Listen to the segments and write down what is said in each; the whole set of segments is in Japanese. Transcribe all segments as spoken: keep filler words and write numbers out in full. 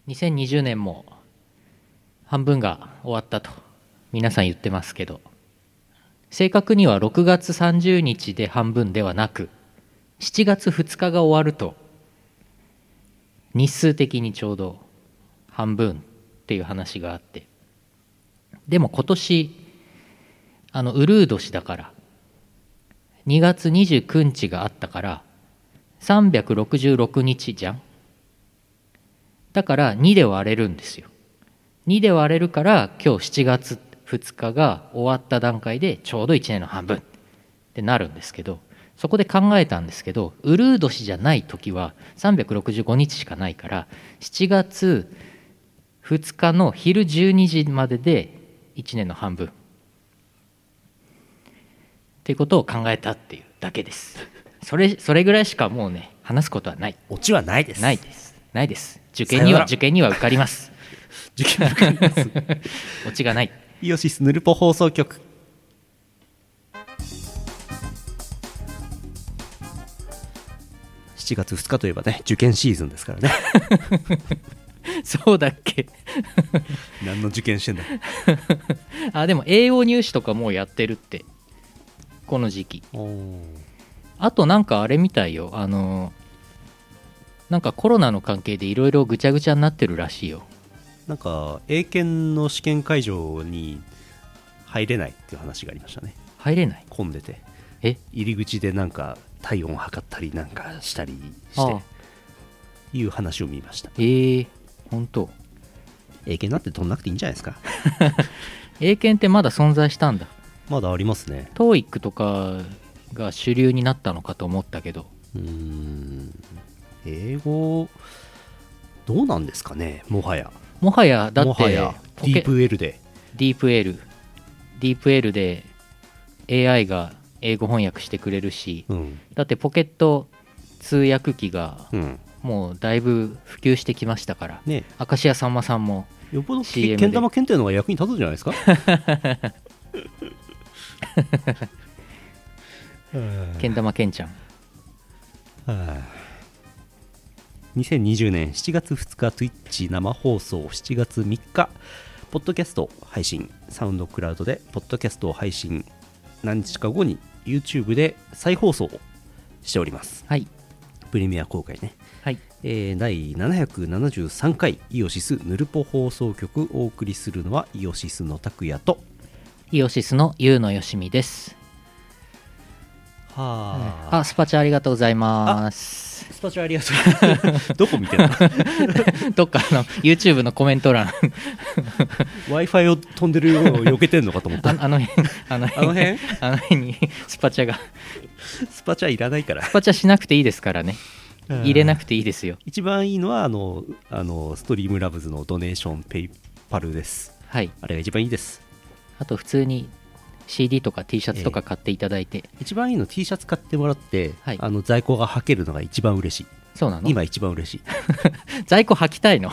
にせんにじゅうねんも半分が終わったと皆さん言ってますけど、正確にはろくがつさんじゅうにちで半分ではなくしちがつふつかが終わると日数的にちょうど半分っていう話があって、でも今年あのウルー年だからにがつにじゅうくにちがあったからさんびゃくろくじゅうろくにちじゃん。だからにで割れるんですよ。にで割れるから今日しちがつふつかが終わった段階でちょうどいちねんの半分ってなるんですけど、そこで考えたんですけど、ウルー年じゃない時はさんびゃくろくじゅうごにちしかないからしちがつふつかの昼じゅうにじまででいちねんの半分っていうことを考えたっていうだけです。それそれぐらいしかもうね話すことはない。 オチはないです。 ないですないです。受験には受験には受かります。 受験受かりますオチがない。 イオシスヌルポ放送局。しちがつふつかといえばね受験シーズンですからねそうだっけ何の受験してんだあ、でも栄養入試とかもうやってるってこの時期。あとなんかあれみたいよ、あのなんかコロナの関係でいろいろぐちゃぐちゃになってるらしいよ。 なんか英検の試験会場に入れないっていう話がありましたね。 入れない？ 混んでて、 え入り口でなんか体温測ったりなんかしたりしていう話を見ました。 えー、本当。 英検なんて取んなくていいんじゃないですか英検ってまだ存在したんだ。 まだありますね。 トーイックとかが主流になったのかと思ったけど。 うーん、英語どうなんですかね。もはやもはやだってもはやディープ L でディープ L ディープ L で エーアイ が英語翻訳してくれるし、 うん、 だってポケット通訳機がうんもうだいぶ普及してきましたから、 ね、 明石家さんまさんもよっぽどシーエム でけん玉検定の方が役に立つんじゃないですかけん玉けんちゃん。 にせんにじゅうねんしちがつふつか Twitch 生放送、しちがつみっかポッドキャスト配信、サウンドクラウドでポッドキャストを配信、何日か後に YouTube で再放送をしております。 はい、 プレミア公開ね。 はい、 えー、だいななひゃくななじゅうさんかいイオシスヌルポ放送局、お送りするのはイオシスの拓也とイオシスのゆうのよしみです。 はあ、スパチャありがとうございます。 スパチャありがとうどこ見てるのどっかの YouTube のコメント欄 Wi-Fi を飛んでるよう避けてんのかと思ったあ, あの辺あの辺あの辺あの辺にスパチャがスパチャいらないから。 スパチャしなくていいですからね。入れなくていいですよ。 一番いいのはあのあのストリームラブズのドネーションペイパルです。 はい、 あれが一番いいです。 あと普通に シーディー とか T シャツとか買っていただいて、えー、一番いいの T シャツ買ってもらって、 はい、 あの在庫が履けるのが一番嬉しい。 そうなの？ 今一番嬉しい在庫履きたいの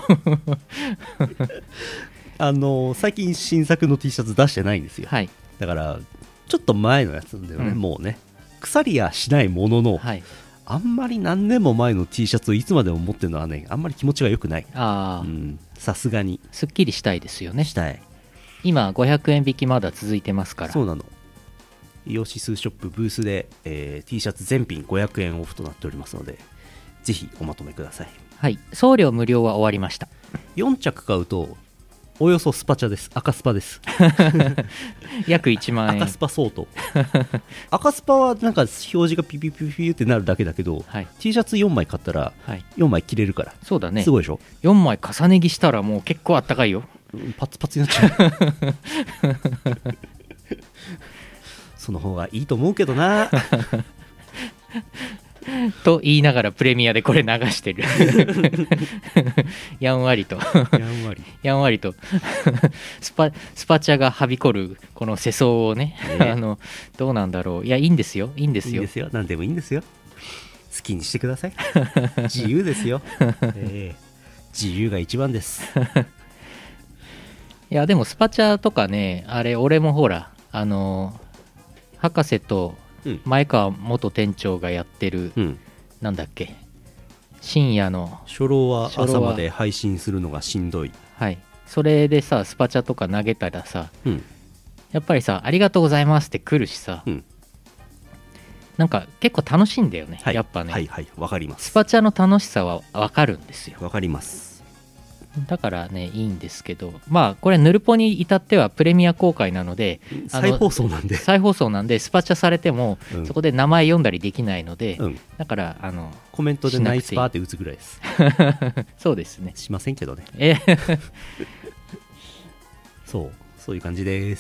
あの最近新作の T シャツ出してないんですよ、 はい、 だからちょっと前のやつなんだよね、うん、もうね腐りやしないものの、 はい、 あんまり何年も前の T シャツをいつまでも持ってるのはね、あんまり気持ちが良くない。 ああ、 さすがにすっきりしたいですよね。 したい。 今ごひゃくえん引きまだ続いてますから。 そうなの。イオシスショップブースで、えー、T シャツ全品ごひゃくえんオフとなっておりますので、ぜひおまとめください。 はい、送料無料は終わりました。 よんちゃく買うとおよそスパチャです。赤スパです約いちまんえん。 赤スパ相当赤スパはなんか表示がピピピピってなるだけだけど、はい、T シャツよんまい買ったらよんまい着れるから、はい、 そうだね。 すごいでしょ。 よんまい重ね着したらもう結構あったかいよ。 パツパツになっちゃうその方がいいと思うけどなと言いながらプレミアでこれ流してるやんわりとやんわりやんわりとスパスパチャがはびこるこの世相をね、えー、あのどうなんだろう。いやいいんですよ、いいんですよ、 いいんですよ、何でもいいんですよ。好きにしてください自由ですよ、えー、自由が一番ですいやでもスパチャとかね、あれ俺もほらあの博士と前川元店長がやってる、うん、なんだっけ深夜の初老は初老は朝まで配信するのがしんどい。 はいそれでさスパチャとか投げたらさうんやっぱりさありがとうございますって来るしさ、 うんなんか結構楽しいんだよね、 はい、 やっぱね、 はいはいわかります。 スパチャの楽しさは分かるんですよ。 わかります。 だからねいいんですけど、まあこれヌルポに至ってはプレミア公開なのであの再放送なんで再放送なんでスパチャされても、 うんそこで名前読んだりできないので、 うんだからあのコメントでナイスパーって打つぐらいです。 そうですねしませんけどね。 えそうそういう感じです。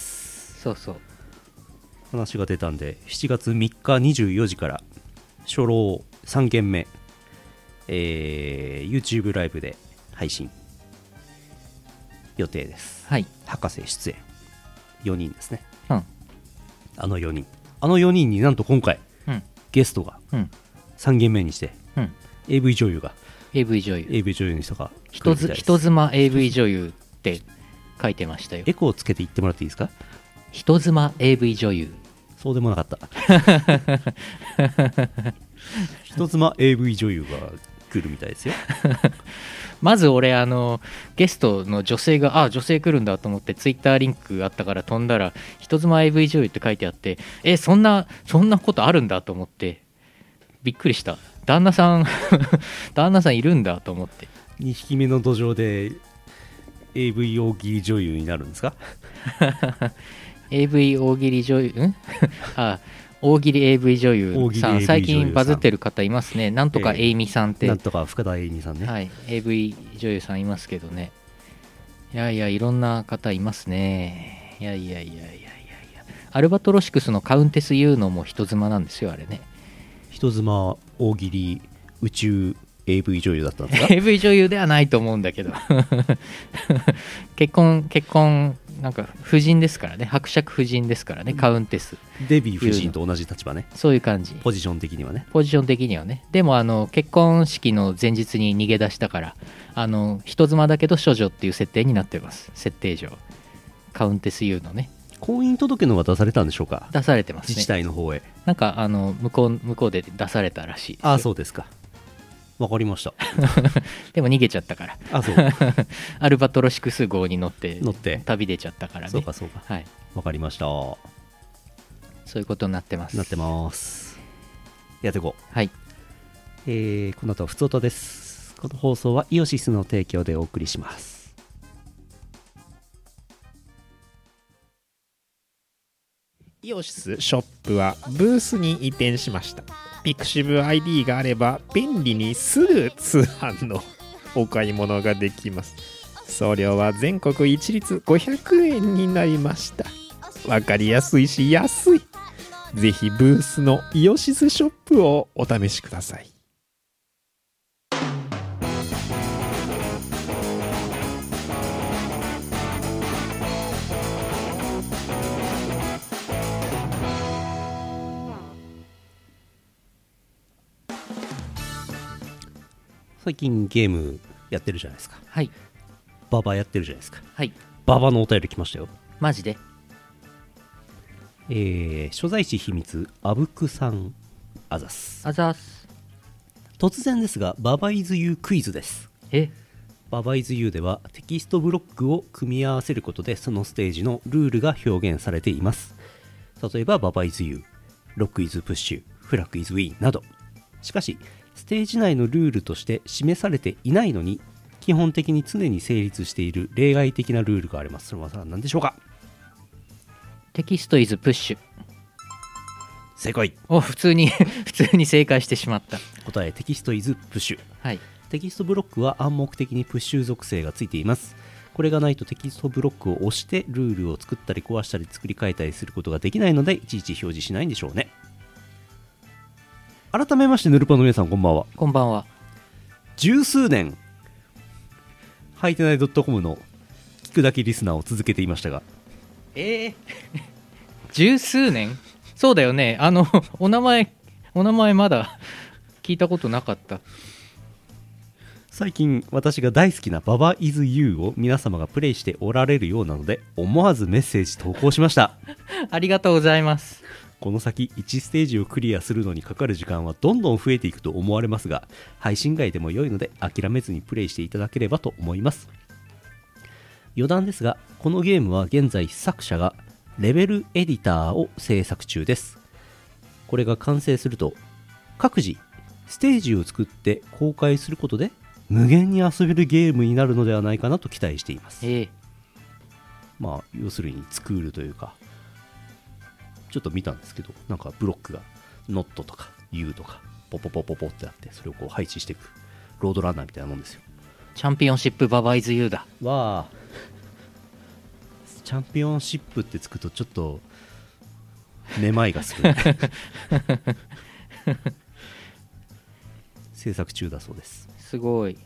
そうそう話が出たんでしちがつみっかにじゅうよじから初老さんけんめ、えー、YouTube ライブで配信予定です。 はい博士出演よにんですね。 うんあのよにんあのよにんになんと今回うんゲストがうんさんげんめにしてうんエーブイ 女優がエーブイ 女優エーブイ 女優の人が来る人ずみたいです。 人妻 エーブイ 女優って書いてましたよ。 エコーつけて言ってもらっていいですか。 人妻 エーブイ 女優そうでもなかった人妻 エーブイ 女優が来るみたいですよ。 まず俺あのゲストの女性があ女性来るんだと思ってツイッターリンクあったから飛んだら人妻 エーブイ 女優って書いてあってえそんなそんなことあるんだと思ってびっくりした。旦那さん旦那さんいるんだと思ってにひきめの土壌で エーブイ 大喜利女優になるんですか。 エーブイ 大喜利女優んあ大喜利 エーブイ 女優大喜利さエーブイん最女優さん近バズってる方いますね。なんとかええエイミさんって、 なんとか深田栄美さんね、 はい、エーブイ 女優さんいますけどね。いやいやいろんな方いますね。いやいやいやいやいやいやアルバトロシクスのカウンテス言うのも人妻なんですよあれね。 人妻大喜利宇宙 エーブイ 女優だったんですか。 エーブイ 女優ではないと思うんだけど結婚結婚なんか夫人ですからね。伯爵夫人ですからね、カウンテス。 デヴィ夫人と同じ立場ね。 そういう感じポジション的にはね。 ポジション的にはね。でもあの結婚式の前日に逃げ出したからあの人妻だけど処女っていう設定になってます。設定上カウンテス U のね婚姻届のは出されたんでしょうか。 出されてますね。 自治体の方へ。 なんかあの向こう向こうで出されたらしいですよ。 ああそうですか。わかりました。 でも逃げちゃったからあそうアルバトロシクス号に乗って乗って旅出ちゃったからね。 そうかそうか。 はい、 わかりました。 そういうことになってます。 なってます。やっていこう。 はい。 えー、この後はふつおたです。この放送はイオシスの提供でお送りします。 イオシスショップはブースに移転しました。ピクシブ アイディー があれば便利にすぐ通販のお買い物ができます。送料は全国一律ごひゃくえんになりました。わかりやすいし安い。ぜひブースのイオシスショップをお試しください。 最近ゲームやってるじゃないですか。 はいババやってるじゃないですか。 はい。 ババのお便り来ましたよ。 マジでえー、所在地秘密あぶくさんあざす。 あざーす。 突然ですがババイズユークイズです。 えババイズユーではテキストブロックを組み合わせることでそのステージのルールが表現されています。例えばババイズユー、ロックイズプッシュ、フラッグイズウィンなど。しかしステージ内のルールとして示されていないのに基本的に常に成立している例外的なルールがあります。それは何でしょうか。 テキストイズプッシュ。 正解。 お普通に普通に正解してしまった。 答えテキストイズプッシュ。 はい。 テキストブロックは暗黙的にプッシュ属性がついています。これがないとテキストブロックを押してルールを作ったり壊したり作り変えたりすることができないのでいちいち表示しないんでしょうね。改めましてヌルパの皆さんこんばんは。 こんばんは。 十数年はいてない .com の聞くだけリスナーを続けていましたが、 えー、十数年そうだよね。あのお名前お名前まだ聞いたことなかった。 最近私が大好きなババイズユーを皆様がプレイしておられるようなので思わずメッセージ投稿しました。 ありがとうございます。 この先いちステージをクリアするのにかかる時間はどんどん増えていくと思われますが、配信外でも良いので諦めずにプレイしていただければと思います。余談ですが、このゲームは現在作者がレベルエディターを制作中です。これが完成すると各自ステージを作って公開することで無限に遊べるゲームになるのではないかなと期待しています。 ええ、 まあ要するに作るというか、ちょっと見たんですけど、なんかブロックがノットとか U とかポポポポポってあって、それをこう配置していくロードランナーみたいなもんですよ。 チャンピオンシップババイズユーだ。 わあ、チャンピオンシップってつくとちょっとめまいがする制作中だそうです。 すごい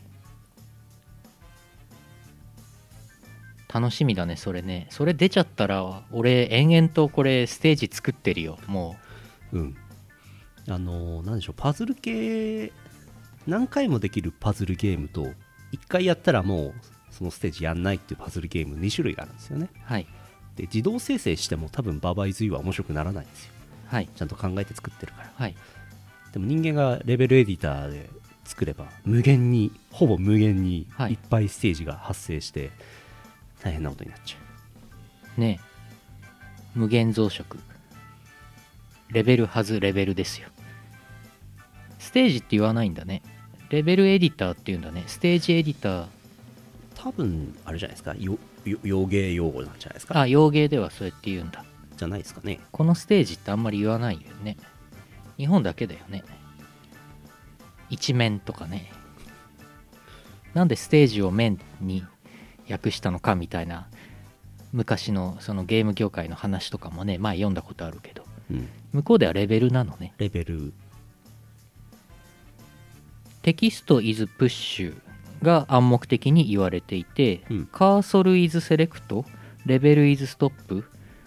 楽しみだねそれね。それ出ちゃったら俺延々とこれステージ作ってるよもう。うんあのー、なんでしょう、パズル系何回もできるパズルゲームといっかいやったらもうそのステージやんないっていうパズルゲームに種類があるんですよね。 はい。 で自動生成しても多分ババイズユーは面白くならないんですよ。 はい。 ちゃんと考えて作ってるから。 はい。 でも人間がレベルエディターで作れば無限にほぼ無限にいっぱいステージが発生して大変なことになっちゃうね。え無限増殖レベルはずレベルですよ。ステージって言わないんだね。レベルエディターっていうんだね。ステージエディター多分あれじゃないですか、よよ洋芸用語なんじゃないですか。 あ、洋芸ではそうやって言うんだ。 じゃないですかね。 このステージってあんまり言わないよね。日本だけだよね。一面とかね。なんでステージを面に訳したのかみたいな昔のそのゲーム業界の話とかもね前読んだことあるけど、 うん、 向こうではレベルなのね。 レベルテキスト is push が暗黙的に言われていて、 うん、 カーソル is select レベル is stop、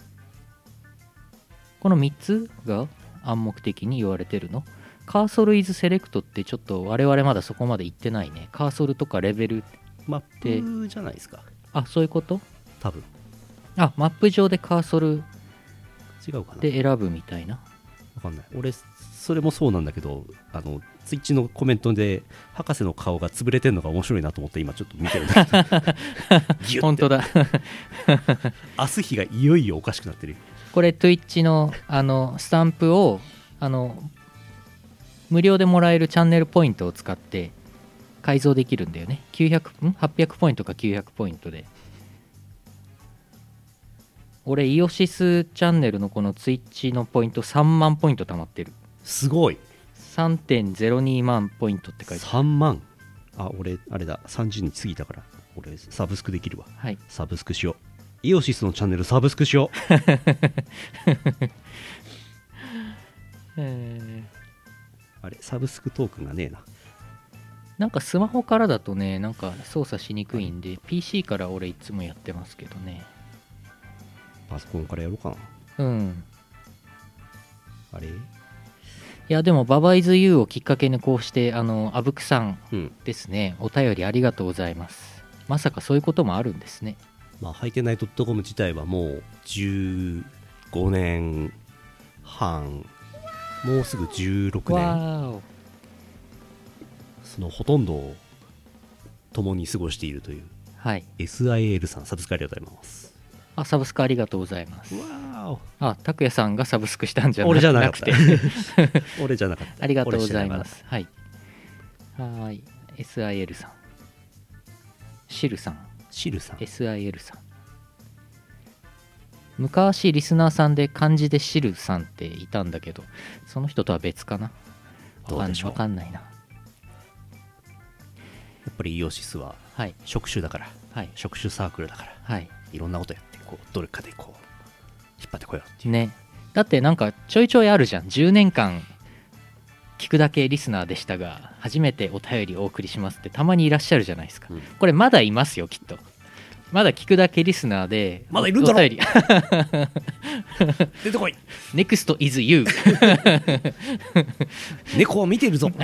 このみっつが暗黙的に言われてるの。カーソル is select ってちょっと我々まだそこまで言ってないね。カーソルとかレベルマップじゃないですか。 あ、そういうこと。 多分あ、マップ上でカーソル違うかなで選ぶみたいな。 わかんない。俺それもそうなんだけど、あのツイッチのコメントで博士の顔が潰れてるのが面白いなと思って今ちょっと見てるんだけどギュッて本当だ明日日がいよいよおかしくなってる。 これ Twitch のあのスタンプをあの無料でもらえるチャンネルポイントを使って改造できるんだよね。きゅうひゃくんはっぴゃくポイントかきゅうひゃくポイントで。俺イオシスチャンネルのこの Twitch のポイントさんまんポイント貯まってる。 すごい。 さんてんゼロにまんポイントって書いてある。 さんまん。あ、俺あれだ、さんじゅうにち過ぎたから俺サブスクできるわ。 はい、 サブスクしよう。イオシスのチャンネルサブスクしようえー、 あれサブスクトークンがねえな。 なんかスマホからだとねなんか操作しにくいんで ピーシー から俺いつもやってますけどね。 パソコンからやろうかな。 うんあれいやでもババイズ ユー をきっかけにこうしてあのあぶくさんですね、うん、お便りありがとうございます。まさかそういうこともあるんですね。 まあはいてない .com 自体はもうじゅうごねんはん、もうすぐじゅうろくねん、そのほとんどを共に過ごしているという、 はい、 エスアイエル さんサブスクありがとうございます。 あ、サブスクありがとうございます。 わーお。 あ、拓也さんがサブスクしたんじゃなくて俺じゃなかった俺じゃなかったありがとうございます。はい。はい。エスアイエル さん。シルさん。 シルさん。 エスアイエル さん。昔リスナーさんで漢字でシルさんっていたんだけど、その人とは別かな。 どうでしょう。 わかんないな。やっぱりイオシスは職種だから、 はい、 職種サークルだから、 はい、 いろんなことやってこうどれかでこう引っ張ってこようっていうね。だってなんかちょいちょいあるじゃん。じゅうねんかん聞くだけリスナーでしたが初めてお便りお送りしますってたまにいらっしゃるじゃないですか、うん、これまだいますよきっと。まだ聞くだけリスナーでまだいるんだろお便り出てこい NEXT is you 猫を見てるぞ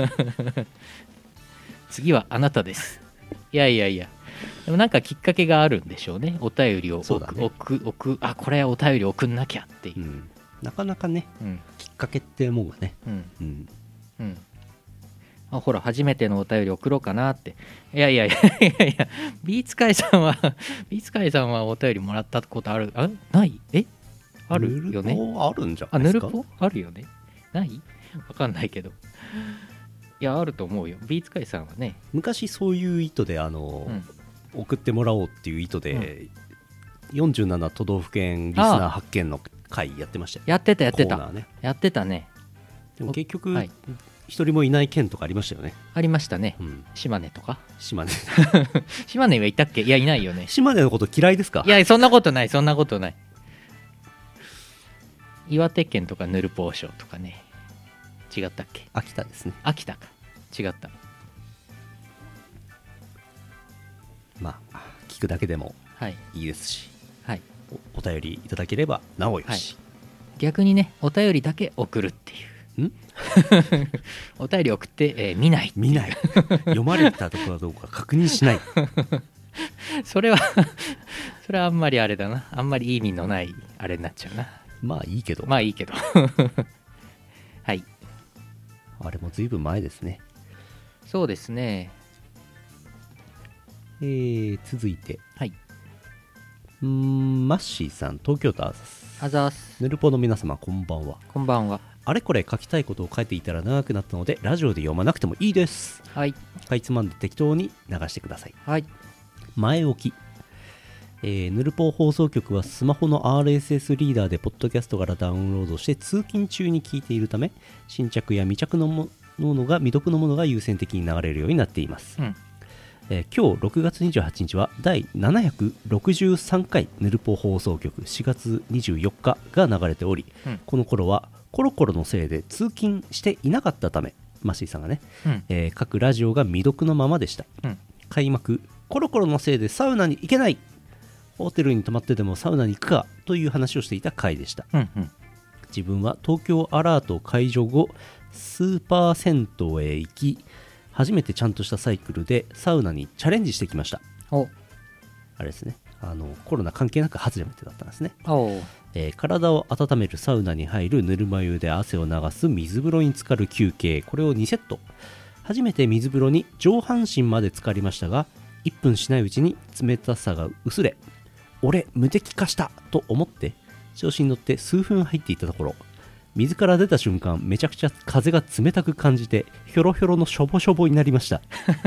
次はあなたです。いやいやいや、でもなんかきっかけがあるんでしょうね。お便りを送、ね、送送あこれお便り送んなきゃっていう、うん、 なかなかねうんきっかけってもんがね、 うんうん、 うんあほら初めてのお便り送ろうかなって。いやいやいやいやいやビーツカイさんはビーツカイさんはお便りもらったことあるあないえあるよね。 ヌルポあるんじゃなあいですか。 ヌルポあるよね。ないわかんないけど、いやあると思うよ。ビーツカイさんはね、 昔そういう意図であの、 うん、 送ってもらおうっていう意図で、よんじゅうなな都道府県リスナー発見の会やってましたよ。 やってたやってた、 コーナーね。 やってたね。 でも結局、 はい一人もいない県とかありましたよね。 ありましたね、 うん、 島根とか。 島根島根はいたっけ。いやいないよね。 島根のこと嫌いですか。 いやそんなことないそんなことない。岩手県とかヌルポーショーとかね。違ったっけ。 秋田ですね。 秋田か。違った。 まあ聞くだけでもはいいいですし、 はい、 お, お便りいただければなおよし、はい、 逆にねお便りだけ送るっていう。 んお便り送って、えー、見ない見ない読まれたところはどうか確認しないそれはそれはあんまりあれだな。あんまりいい意味のないあれになっちゃうな。 まあいいけどまあいいけどはい。 あれもずいぶん前ですね。 そうですね。 えー、続いて、 はい、 うーんマッシーさん東京都あざすあざす。 ヌルポの皆様こんばんは。 こんばんは。 あれこれ書きたいことを書いていたら長くなったのでラジオで読まなくてもいいです。 はい。 かいつまんで適当に流してください。 はい。 前置き、えー、ヌルポ放送局はスマホの アールエスエス リーダーでポッドキャストからダウンロードして通勤中に聞いているため新着や未着のものが未読のものが優先的に流れるようになっています、 うんえー、今日ろくがつにじゅうはちにちはだいななひゃくろくじゅうさんかいヌルポ放送局しがつにじゅうよっかが流れており、うん、この頃はコロコロのせいで通勤していなかったためマッシーさんがね、うんえー、各ラジオが未読のままでした、うん、開幕コロコロのせいでサウナに行けないホテルに泊まってでもサウナに行くかという話をしていた回でした、うんうん、自分は東京アラート解除後スーパー銭湯へ行き初めてちゃんとしたサイクルでサウナにチャレンジしてきました。おあれですねあのコロナ関係なく初めてだったんですね。お、えー、体を温めるサウナに入るぬるま湯で汗を流す水風呂に浸かる休憩これをにセット。初めて水風呂に上半身まで浸かりましたがいっぷんしないうちに冷たさが薄れ俺無敵化したと思って調子に乗って数分入っていたところ水から出た瞬間めちゃくちゃ風が冷たく感じてひょろひょろのしょぼしょぼになりました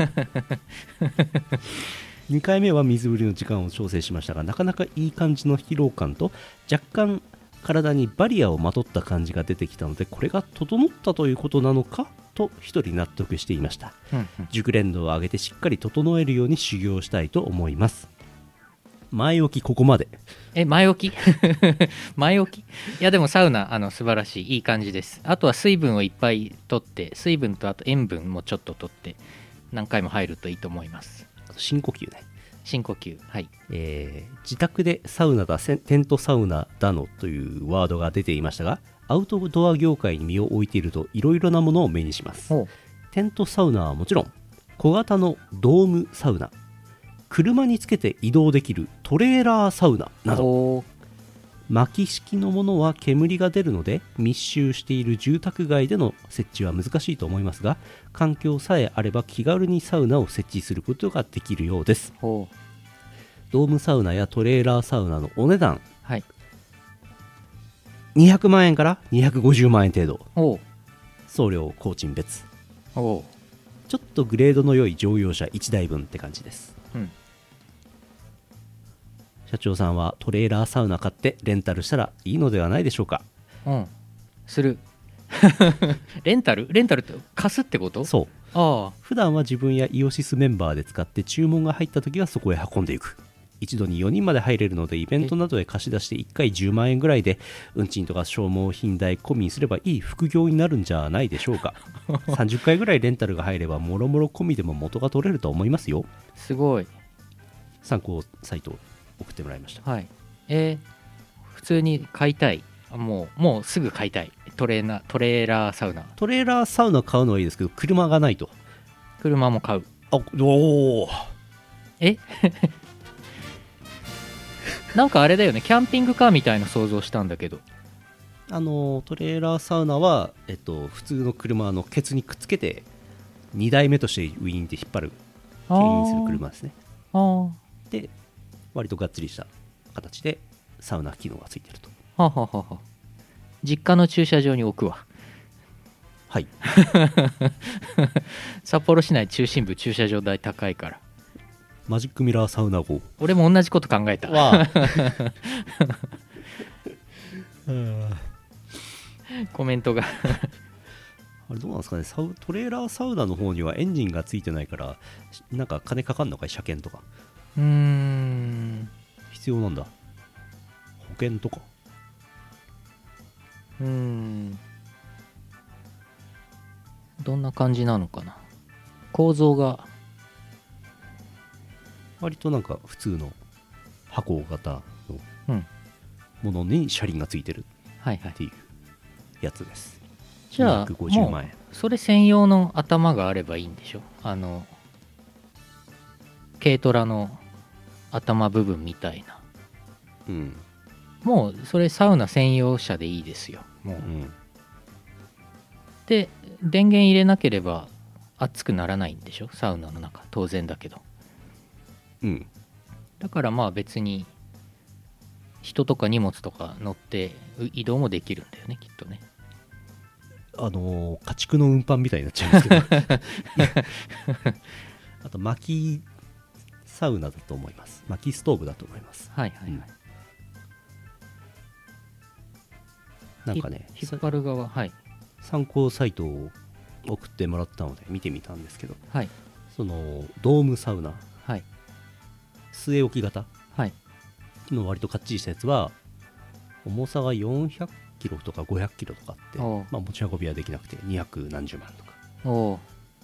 にかいめは水振りの時間を調整しましたがなかなかいい感じの疲労感と若干体にバリアをまとった感じが出てきたのでこれが整ったということなのかと一人納得していました、うんうん、熟練度を上げてしっかり整えるように修行したいと思います。前置きここまで。 え前置き前置きいやでもサウナあの素晴らしいいい感じです。あとは水分をいっぱい取って水分とあと塩分もちょっと取って何回も入るといいと思います。 深呼吸ね。 深呼吸はい、 えー、自宅でサウナだテントサウナだのというワードが出ていましたがアウトドア業界に身を置いているといろいろなものを目にします。テントサウナはもちろん小型のドームサウナ車につけて移動できるトレーラーサウナなど薪式のものは煙が出るので密集している住宅街での設置は難しいと思いますが環境さえあれば気軽にサウナを設置することができるようです。ドームサウナやトレーラーサウナのお値段、はい、にひゃくまんえんからにひゃくごじゅうまんえん程度送料工賃別おちょっとグレードの良い乗用車いちだいぶんって感じです、うん、社長さんはトレーラーサウナ買ってレンタルしたらいいのではないでしょうか。 うんするレンタルレンタルって貸すってこと。 そうああ普段は自分やイオシスメンバーで使って注文が入った時はそこへ運んでいく。一度によにんまで入れるのでイベントなどで貸し出していっかいじゅうまんえんぐらいで運賃とか消耗品代込みにすればいい副業になるんじゃないでしょうかさんじゅっかいぐらいレンタルが入ればもろもろ込みでも元が取れると思いますよ。 すごい参考サイトを送ってもらいました。 はい、えー、普通に買いたい。もうもうすぐ買いたい。トレーナトレーラーサウナトレーラーサウナ買うのはいいですけど車がないと。 車も買う。 あおおえなんかあれだよねキャンピングカーみたいな想像したんだけど。 あのトレーラーサウナは、えっと、普通の車のケツにくっつけてにだいめとしてウィーンって引っ張る牽引する車ですね。 あーで割とがっつりした形でサウナ機能がついてると。 はははは実家の駐車場に置くわ。 はい札幌市内中心部駐車場代高いから。 マジックミラーサウナ号俺も同じこと考えた。 はコメントがあれどうなんですかね、サウトレーラーサウナの方にはエンジンがついてないからなんか金かかんのかい、車検とかうーん必要なんだ、保険とか。 うーんどんな感じなのかな。構造が割となんか普通の箱型のうんものに車輪がついてるはいはいっていうやつです。 じゃあにひゃくごじゅうまんも円。 うそれ専用の頭があればいいんでしょ。あの軽トラの頭部分みたいな。 うんもうそれサウナ専用車でいいですよもう、 うんで電源入れなければ熱くならないんでしょサウナの中。当然だけど。 うんだからまあ別に人とか荷物とか乗ってう移動もできるんだよねきっとね。 あのー家畜の運搬みたいになっちゃうんですけどあと薪サウナだと思います。薪ストーブだと思います。 はいはいはい、 うんなんかねひ引っ張る側はい参考サイトを送ってもらったので見てみたんですけど、 はいそのドームサウナはい据え置き型はいの割とかっちりしたやつは重さがよんひゃくキロとかごひゃくキロとかあって、 おうまあ、持ち運びはできなくてにひゃくなんじゅうまんとかおお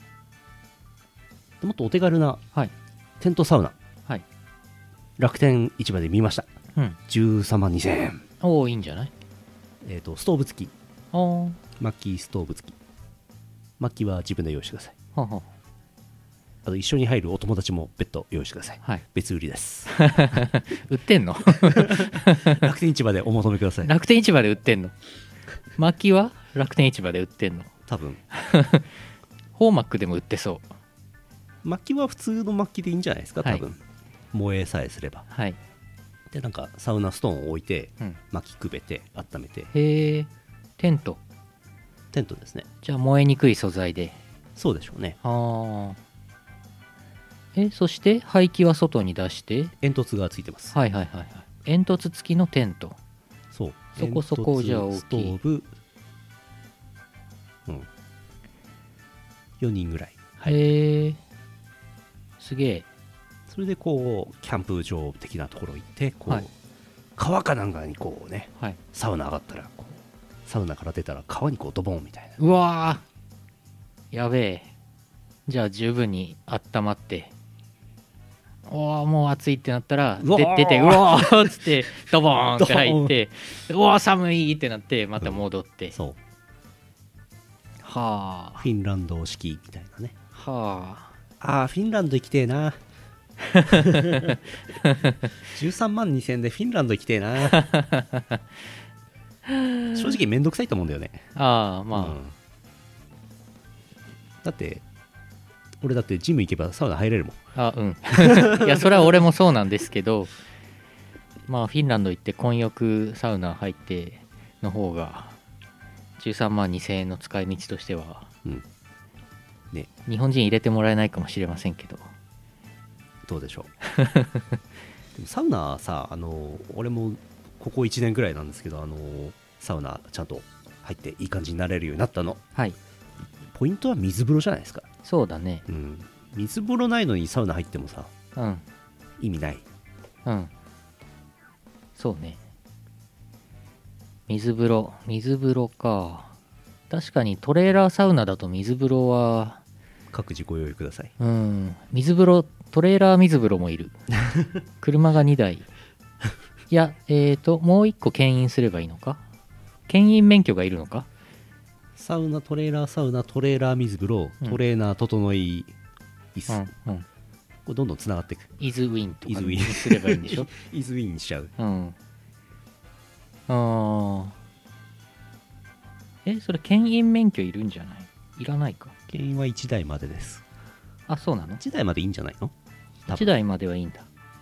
でもっとお手軽なはいテントサウナはい楽天市場で見ました。 うんじゅうさんまんにせんえん、 おおいいんじゃない。 えー、とストーブ付きおお薪ストーブ付き薪は自分で用意してください。 ははあと一緒に入るお友達も別途用意してください。 はい別売りです売ってんの楽天市場でお求めください。 楽天市場で売ってんの。薪は楽天市場で売ってんの。 多分ホーマックでも売ってそう。 薪は普通の薪でいいんじゃないですか多分、 はい燃えさえすれば。 はい、 でなんかサウナストーンを置いてうん、 薪くべて温めてへえテントテントですね。 じゃあ燃えにくい素材で。 そうでしょうね。 ああえそして排気は外に出して。 煙突がついてます。 はいはいはいはい煙突付きのテント。 そうそこそこじゃあ大きい煙突ストーブ、うん、よにんぐらい、はい、 へえすげえ。 それでこうキャンプ場的なところ行ってこう、 はい川かなんかにこうねはいサウナ上がったらこうサウナから出たら川にこうドボンみたいな。 うわーやべえ。じゃあ十分に温まっておーもう暑いってなったらうわーで出てうわーっつってドボーンって入ってうわー寒いってなってまた戻って、 そうはあフィンランド式みたいなね。 はあーフィンランド行きてえなじゅうさんまんにせんえんでフィンランド行きてえな正直めんどくさいと思うんだよね。 あああまあ、 うんだって俺だってジム行けばサウナ入れるもん。 あうんいやそれは俺もそうなんですけどまあフィンランド行って混浴サウナ入っての方がじゅうさんまんにせんえんの使い道としては、 うんね、 日本人入れてもらえないかもしれませんけど。 どうでしょうでもサウナさ、あの俺もここいちねんぐらいなんですけど、あのサウナちゃんと入っていい感じになれるようになったの。 はいポイントは水風呂じゃないですか。 そうだね。 うん水風呂ないのにサウナ入ってもさうん意味ない。 うんそうね。水風呂水風呂か。確かにトレーラーサウナだと水風呂は各自ご用意ください。 うん水風呂トレーラー水風呂もいる車がにだい。いやえーともういっこ牽引すればいいのか。牽引免許がいるのか。 サウナトレーラーサウナトレーラー水風呂、 うんトレーナー整い椅子、 うんうんこれどんどんつながっていく。 イズウィンとかイズウィンにすればいいんでしょイズウィンにしちゃう。 うんあーえそれ牽引免許いるんじゃない？いらないか。 牽引はいちだいまでです。 あ、そうなの？ いちだいまでいいんじゃないの？ いちだいまではいいんだ。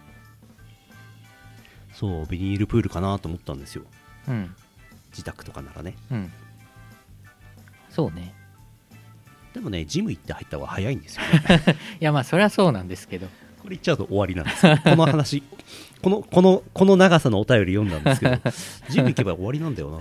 そう、ビニールプールかなと思ったんですよ。 うん。 自宅とかならね。 うん。そうね。 でもね、ジム行って入った方が早いんですよね。 いやまあそりゃそうなんですけど、 これ言っちゃうと終わりなんですよ。この話、このこのこの長さのお便り読んだんですけど、ジム行けば終わりなんだよな。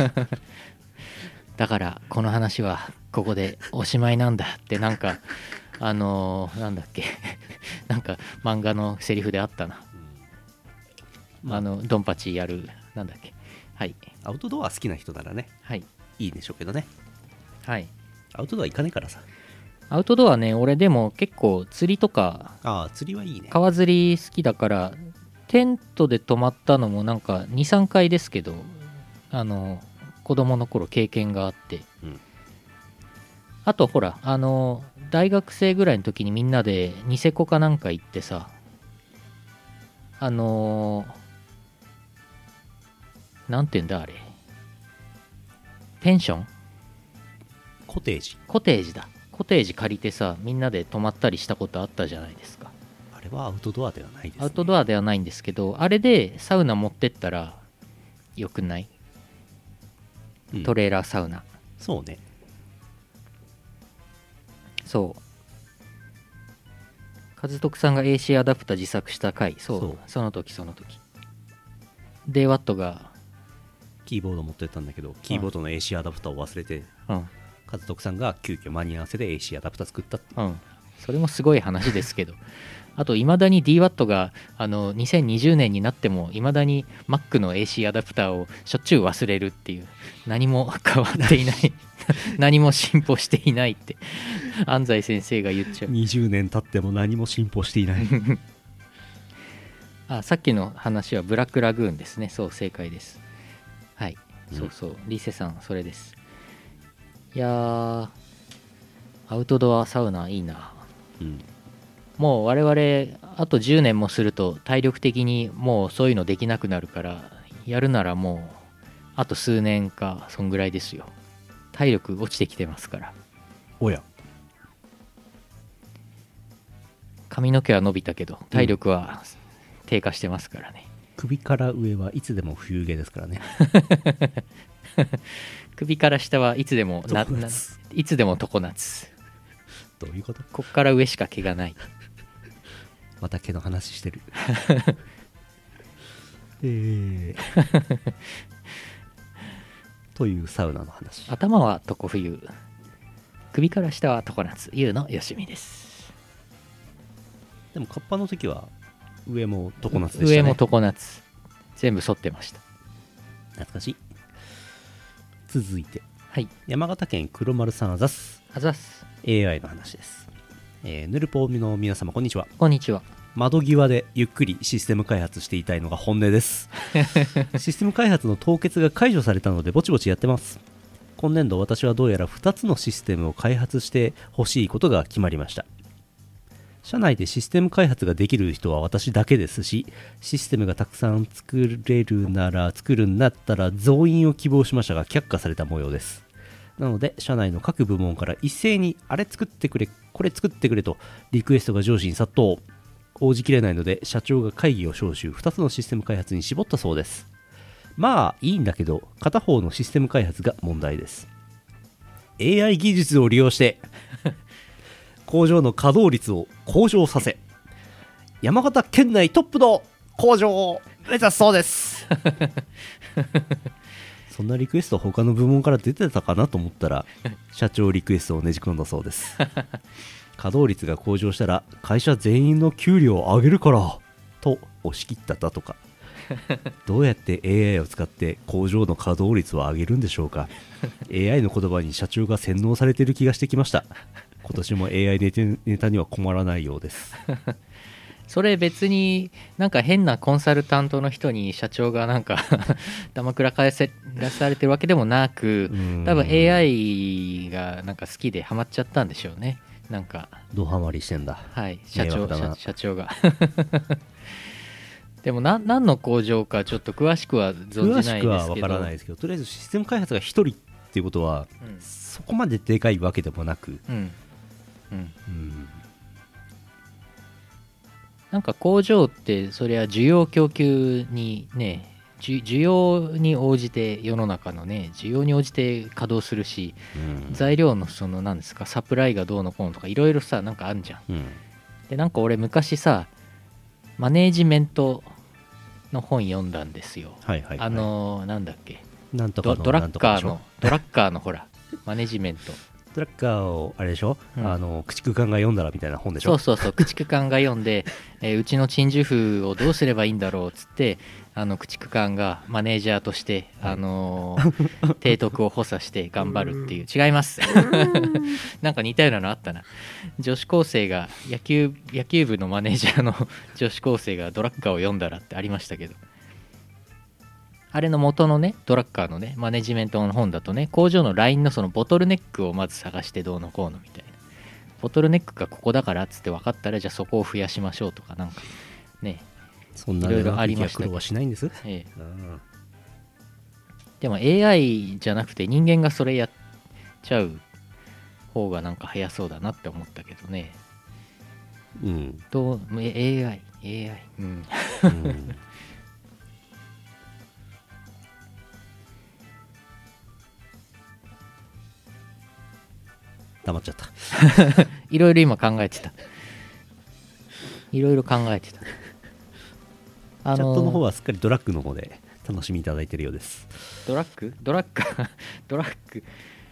だからこの話はここでおしまいなんだってなんかあのー、なんだっけなんか漫画のセリフであったな、うん、あのドンパチやるなんだっけ。はい。 アウトドア好きな人ならね、 はい、 いいでしょうけどね。 はい。 アウトドア行かねえからさ。 アウトドアね、俺でも結構釣りとか、 ああ釣りはいいね。 川釣り好きだから、テントで泊まったのもなんかにさんかいですけど、あの子供の頃経験があって、うん、あとほらあの大学生ぐらいの時にみんなでニセコかなんか行ってさ、あのなんていうんだあれ、ペンション？ コテージ。 コテージだ。コテージ借りてさ、みんなで泊まったりしたことあったじゃないですか。 あれはアウトドアではないですね。 アウトドアではないんですけど、あれでサウナ持ってったらよくない？うん、トレーラーサウナ。 そうね。 そう。和徳さんが エーシー アダプター自作した回。そう。そう、その時その時。デイワットがキーボード持ってったんだけど、キーボードの エーシー アダプターを忘れて、うん、和徳さんが急遽間に合わせで エーシー アダプター作ったって。 うん。それもすごい話ですけど。あといまだに ディーワット があのにせんにじゅうねんになってもいまだに Mac の エーシー アダプターをしょっちゅう忘れるっていう、何も変わっていない何も進歩していないって安西先生が言っちゃう。 にじゅうねん経っても何も進歩していないあ、さっきの話はブラックラグーンですね。そう、正解です。はい、うん、そうそう、リセさんそれです。いやー、アウトドアサウナいいな。うん、もう我々あとじゅうねんもすると体力的にもうそういうのできなくなるから、やるならもうあと数年かそんぐらいですよ。体力落ちてきてますから。 おや、 髪の毛は伸びたけど体力は低下してますからね、 うん、首から上はいつでも冬毛ですからね首から下はいつでもなないつでも常夏。 どういうこと？ こっから上しか毛がないまた毛の話してるえー、というサウナの話。 頭は常冬、首から下は常夏、ゆうのよしみです。 でもカッパの時は上も常夏でしたね。 上も常夏、全部剃ってました。 懐かしい。続いて、 はい、 山形県黒丸さんあざす。 あざす。 エーアイ の話です。えー、ヌルポの皆様こんにちは。 こんにちは。 窓際でゆっくりシステム開発していたいのが本音ですシステム開発の凍結が解除されたのでぼちぼちやってます。今年度私はどうやらふたつのシステムを開発してほしいことが決まりました。社内でシステム開発ができる人は私だけですし、システムがたくさん作れるなら作るんだったら増員を希望しましたが却下された模様です。なので社内の各部門から一斉にあれ作ってくれこれ作ってくれとリクエストが上司に殺到。応じきれないので社長が会議を招集、ふたつのシステム開発に絞ったそうです。まあいいんだけど片方のシステム開発が問題です。 エーアイ 技術を利用して工場の稼働率を向上させ山形県内トップの工場を目指すそうですそんなリクエスト他の部門から出てたかなと思ったら社長リクエストをねじ込んだそうです稼働率が向上したら会社全員の給料を上げるからと押し切っただとかどうやって エーアイ を使って工場の稼働率を上げるんでしょうかエーアイ の言葉に社長が洗脳されている気がしてきました。今年も エーアイ ネタ、ネタには困らないようですそれ別になんか変なコンサルタントの人に社長がなんかだまくらかせらされてるわけでもなく、多分 エーアイ がなんか好きでハマっちゃったんでしょうね。なんかドハマりしてんだ。 はい、社長社、社長がでもな何の工場かちょっと詳しくは存じないですけど、 詳しくは分からないですけど、とりあえずシステム開発がひとりっていうことは、 うんそこまででかいわけでもなく、 うんうんうんなんか工場ってそりゃ需要供給にねじ需要に応じて世の中のね需要に応じて稼働するし、 うん材料のその何ですかサプライがどうのこうのとかいろいろさなんかあんじゃん。 うんでなんか俺昔さマネージメントの本読んだんですよ。 はいはいはい、 あのーなんだっけなんとかのドドラッなんとかでしょカーのドラッカーのほらマネジメントドラッカーをあれでしょ、 うんあの駆逐艦が読んだらみたいな本でしょ。 そうそうそう駆逐艦が読んで、えーうちの鎮守府をどうすればいいんだろうっつってあの駆逐艦がマネージャーとして、あのー提督を補佐して頑張るっていう違いますなんか似たようなのあったな。女子高生が野球野球部のマネージャーの女子高生がドラッカーを読んだらってありましたけど、あれの元のねドラッカーのねマネジメントの本だとね工場のラインのそのボトルネックをまず探してどうのこうのみたいな、ボトルネックがここだからっつって分かったらじゃあそこを増やしましょうとかなんかね、 そんないろいろありましたけど苦労はしないんです。 ええ、 うんでも エーアイ じゃなくて人間がそれやっちゃう方がなんか早そうだなって思ったけどね。 うんどうえ エーアイ エーアイ うんうん黙っちゃったいろいろ今考えてたいろいろ考えてたあチャットの方はすっかりドラッグの方で楽しみいただいているようです。 ドラッグドラッカードラッグ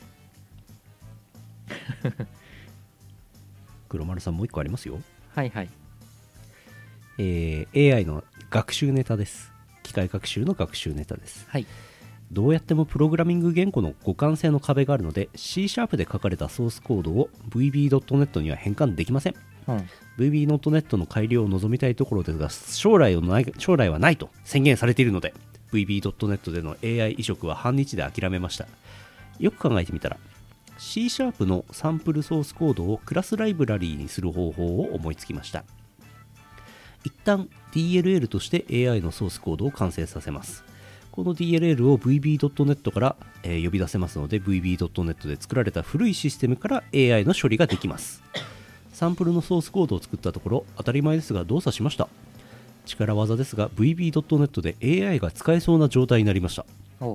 黒丸さんもう一個ありますよ。 はいはいえー エーアイ の学習ネタです。機械学習の学習ネタです。 はいどうやってもプログラミング言語の互換性の壁があるので C シャープで書かれたソースコードを ブイビードットネット には変換できません。 うんブイビードットネット の改良を望みたいところですが将来をない将来はないと宣言されているので ブイビードットネット での エーアイ 移植は半日で諦めました。よく考えてみたら C シャープのサンプルソースコードをクラスライブラリーにする方法を思いつきました。一旦 ディーエルエル として エーアイ のソースコードを完成させます。この ディーエルエル を ブイビードットネット から、えー呼び出せますので ブイビードットネット で作られた古いシステムから エーアイ の処理ができます。サンプルのソースコードを作ったところ当たり前ですが動作しました。力技ですが ブイビードットネット で エーアイ が使えそうな状態になりました。 お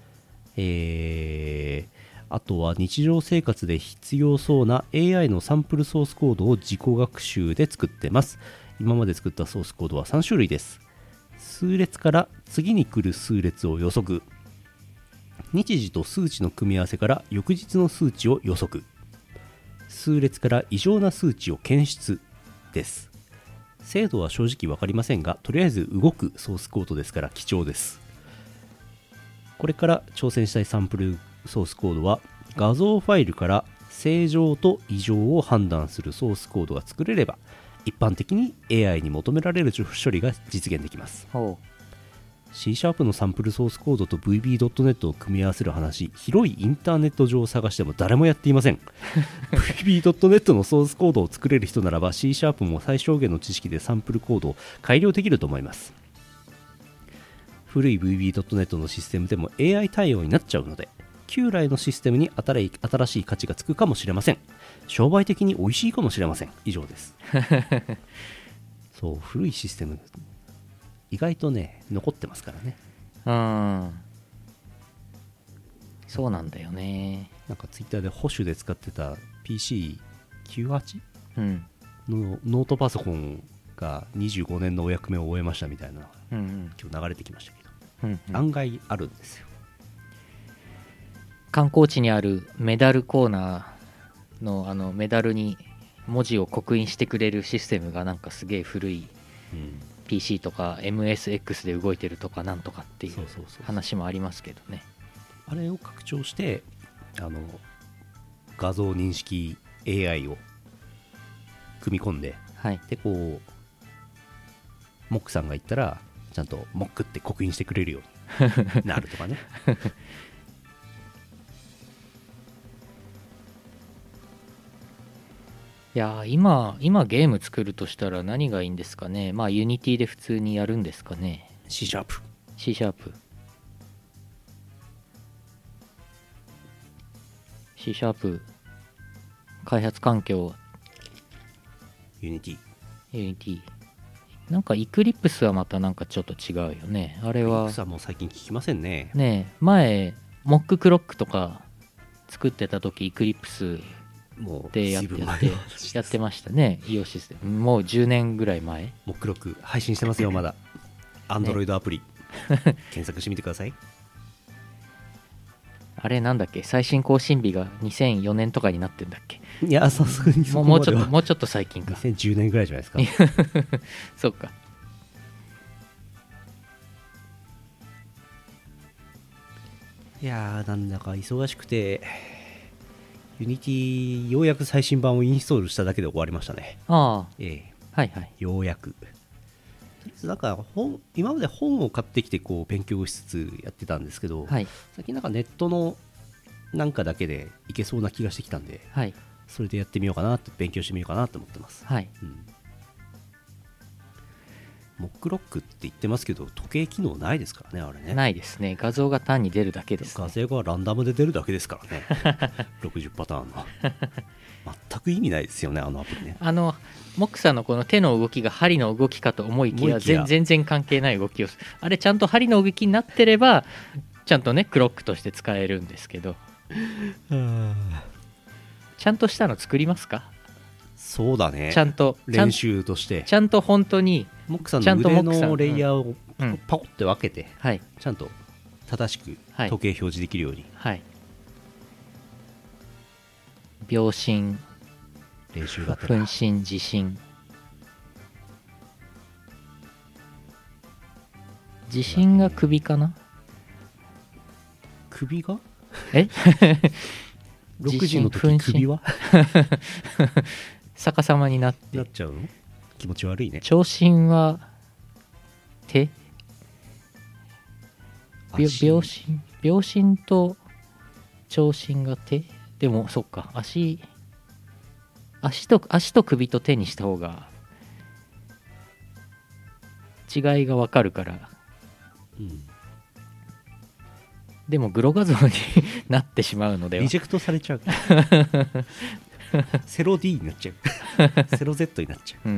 えーあとは日常生活で必要そうな エーアイ のサンプルソースコードを自己学習で作ってます。今まで作ったソースコードはさん種類です。数列から次に来る数列を予測、日時と数値の組み合わせから翌日の数値を予測、数列から異常な数値を検出です。精度は正直分かりませんがとりあえず動くソースコードですから貴重です。これから挑戦したいサンプルソースコードは画像ファイルから正常と異常を判断するソースコードが作れれば一般的に エーアイ に求められる処理が実現できます。 お C シャープのサンプルソースコードと ブイビードットネット を組み合わせる話、広いインターネット上を探しても誰もやっていません。ブイビードットネット のソースコードを作れる人ならば C シャープも最小限の知識でサンプルコードを改良できると思います。古い ブイビードットネット のシステムでも エーアイ 対応になっちゃうので旧来のシステムに新しい価値がつくかもしれません。商売的に美味しいかもしれません。以上です。そう古いシステム意外とね残ってますからね。 うんそうなんだよね。 なんかツイッターで保守で使ってた ピーシーきゅうじゅうはちうんのノートパソコンがにじゅうごねんのお役目を終えましたみたいなのがうんうん今日流れてきましたけど、 うんうん案外あるんですよ。 観光地にあるメダルコーナーのあのメダルに文字を刻印してくれるシステムがなんかすげえ古いうん、 ピーシー とか エムエスエックス で動いてるとかなんとかっていうそうそうそう話もありますけどね。 あれを拡張してあの画像認識 エーアイ を組み込んではいでこうモックさんが言ったらちゃんとモックって刻印してくれるようになるとかね。 いやー今今ゲーム作るとしたら何がいいんですかね。まあユニティで普通にやるんですかね。 C シャープ C シャープ C シャープ開発環境ユニティ。 ユニティなんかイクリプスはまたなんかちょっと違うよね。あれはさもう最近聞きませんね。 ねえ前モッククロックとか作ってた時イクリプスもうでやっ随分前てやっての話ですやってましたね。イオシスでもうじゅうねんぐらい前。 モックロック配信してますよまだ。アンドロイドアプリ、検索してみてください。 あれなんだっけ最新更新日がにせんよねんとかになってんだっけ。 いやさすがにそもうもうちこまではょっともうちょっと最近か。 にせんじゅうねんぐらいじゃないですか。 そうか。 いやーなんだか忙しくてユニティようやく最新版をインストールしただけで終わりましたね。 ああええはいはい。 ようやく。とりあえずなんか本今まで本を買ってきてこう勉強しつつやってたんですけど、 はい最近なんかネットのなんかだけでいけそうな気がしてきたんで、 はいそれでやってみようかなって勉強してみようかなと思ってます。 はい。 うんモックロックって言ってますけど時計機能ないですからねあれね。 ないですね。画像が単に出るだけです、ね。 画像がランダムで出るだけですからね。ろくじゅうパターンの全く意味ないですよねあのアプリね。 あのモックさんのこの手の動きが針の動きかと思いきや思いきや全全然関係ない動きをする。あれちゃんと針の動きになってればちゃんとねクロックとして使えるんですけど、ちゃんとしたの作りますか。 そうだね。 ちゃんとちゃん練習としてちゃんと本当にモックさんちゃんとの腕モックさんのレイヤーをうんパコって分けてはいちゃんと正しくはい時計表示できるようにはい秒針練習がて分ら。 針自針自針が首かな。 首がえろくじの時自信首は逆さまになってなっちゃうの気持ち悪いね。 長針は手びょ足秒針秒針と長針が手でもそっか足足と足と首と手にした方が違いが分かるから。 うんでもグロ画像になってしまうのではリジェクトされちゃうセロ D になっちゃうセロ Z になっちゃう。 うん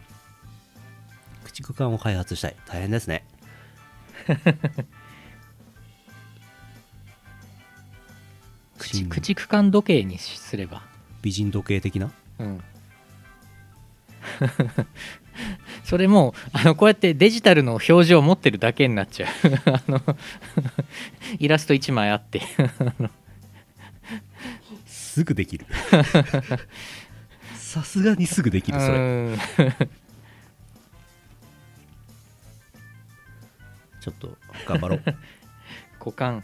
駆逐艦を開発したい。大変ですね。 口新駆逐艦時計にすれば美人時計的な。 うんそれもあのこうやってデジタルの表情を持ってるだけになっちゃうあのイラストいちまいあってすぐできるさすがにすぐできるそれ。 うんちょっと頑張ろう股間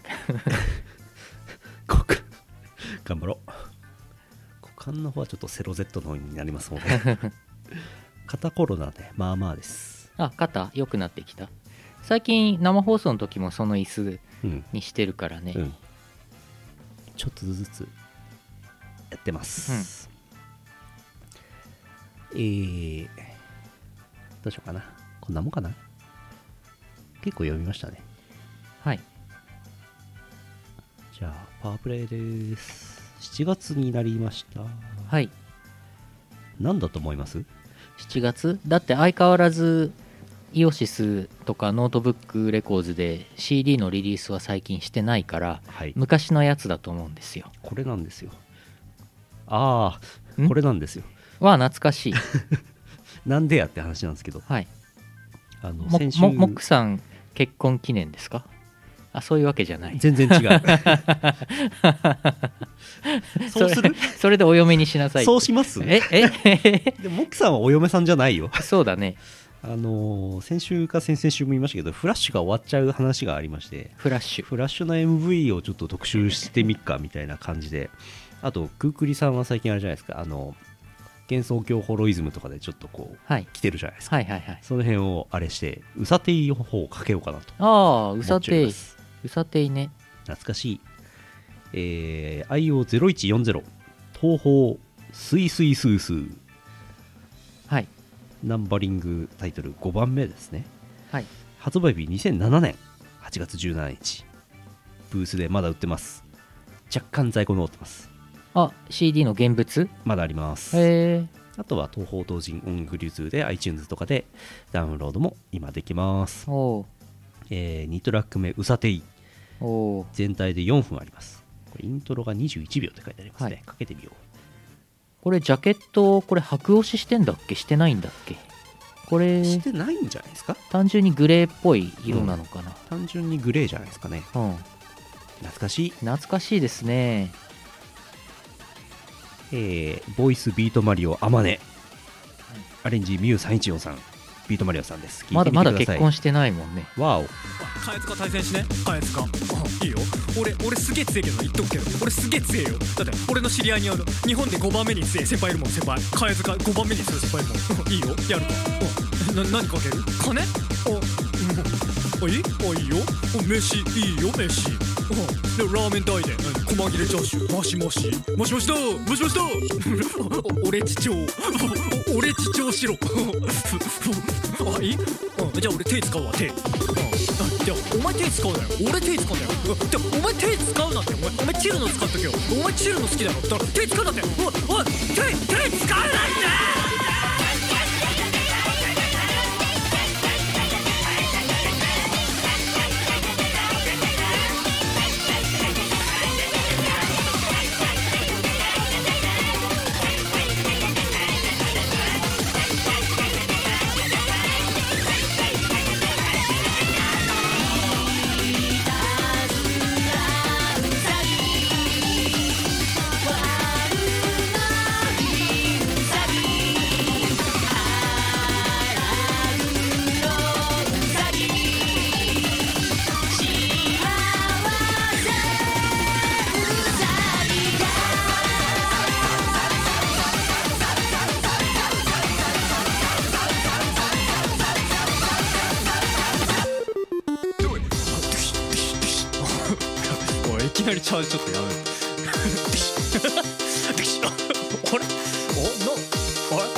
股間頑張ろう。股間の方はちょっとセロ Z の方になりますので肩コロナでまあまあです。 あ肩良くなってきた。最近生放送の時もその椅子うんにしてるからね、 うんちょっとずつやってます、えーどうしようかな。こんなもんかな。結構読みましたね。 はいじゃあパワープレイです。しちがつになりました。 はい何だと思います？ しちがつだって相変わらずイオシスとかノートブックレコーズで シーディー のリリースは最近してないからはい昔のやつだと思うんですよ。 これなんですよ。ああんこれなんですよ。 は懐かしいなんでやって話なんですけど、 はいあのも先週もモックさん結婚記念ですか。あそういうわけじゃない。 全然違うそうするそれそれでお嫁にしなさい。 そうしますええでもモックさんはお嫁さんじゃないよ。 そうだね。 あのー先週か先々週も言いましたけどフラッシュが終わっちゃう話がありまして、 フラッシュフラッシュの エムブイ をちょっと特集してみっかみたいな感じで、あとクークリさんは最近あれじゃないですか、あの幻想郷ホロイズムとかでちょっとこうはい来てるじゃないですか、 はいはいはい。 その辺をあれしてウサテイの方をかけようかなとああう思さていっちゃいます。 うさていね。 懐かしい、えー、アイオーゼロいちよんゼロ 東方スイスイスースーはいナンバリングタイトルごばんめですね。 はい発売日にせんななねんはちがつじゅうしちにちブースでまだ売ってます。若干在庫残ってます。 あ シーディー の現物。 まだあります。 へえ。 あとは東方同人音楽流通で iTunes とかでダウンロードも今できます。 おうえー、にトラック目うさてい、 おう。 全体でよんぷんあります。これイントロがにじゅういちびょうって書いてありますね、 はいかけてみよう。 これジャケット、これ白押ししてんだっけしてないんだっけ。これしてないんじゃないですか。 単純にグレーっぽい色なのかな。 単純にグレーじゃないですかね。 うん、 懐かしい。 懐かしいですね。 えー、ボイスビートマリオあまね、アレンジミューさんいちよんさん、ビートマリオさんです。聞いまだまてみてください。 だ結婚してないもんね。 わお。 カエツカ対戦しね。カエツカいいよ。俺俺すげえ強えけど言っとくけど俺すげえ強えよ。だって俺の知り合いにある日本でごばんめに強え先輩いるもん。先輩カエツカごばんめに強い先輩いるもん。いいよやるか。な何かける金。おおいいおいいよ。お飯いいよ飯。でラーメン代で細切れチャーシューマシマシマシマシだマシマシだ俺父長俺父長しろあいい、うん、じゃあ俺手使うわ手、うん、じゃあお前手使うなよ俺手使うんだよ。じゃあお前手使うなってお前お前チルの使っとけよ。お前チルの好きだろ。だから手使うなっておいおい手手使うなっていきなりチャージちょっとやめるあれおなあれ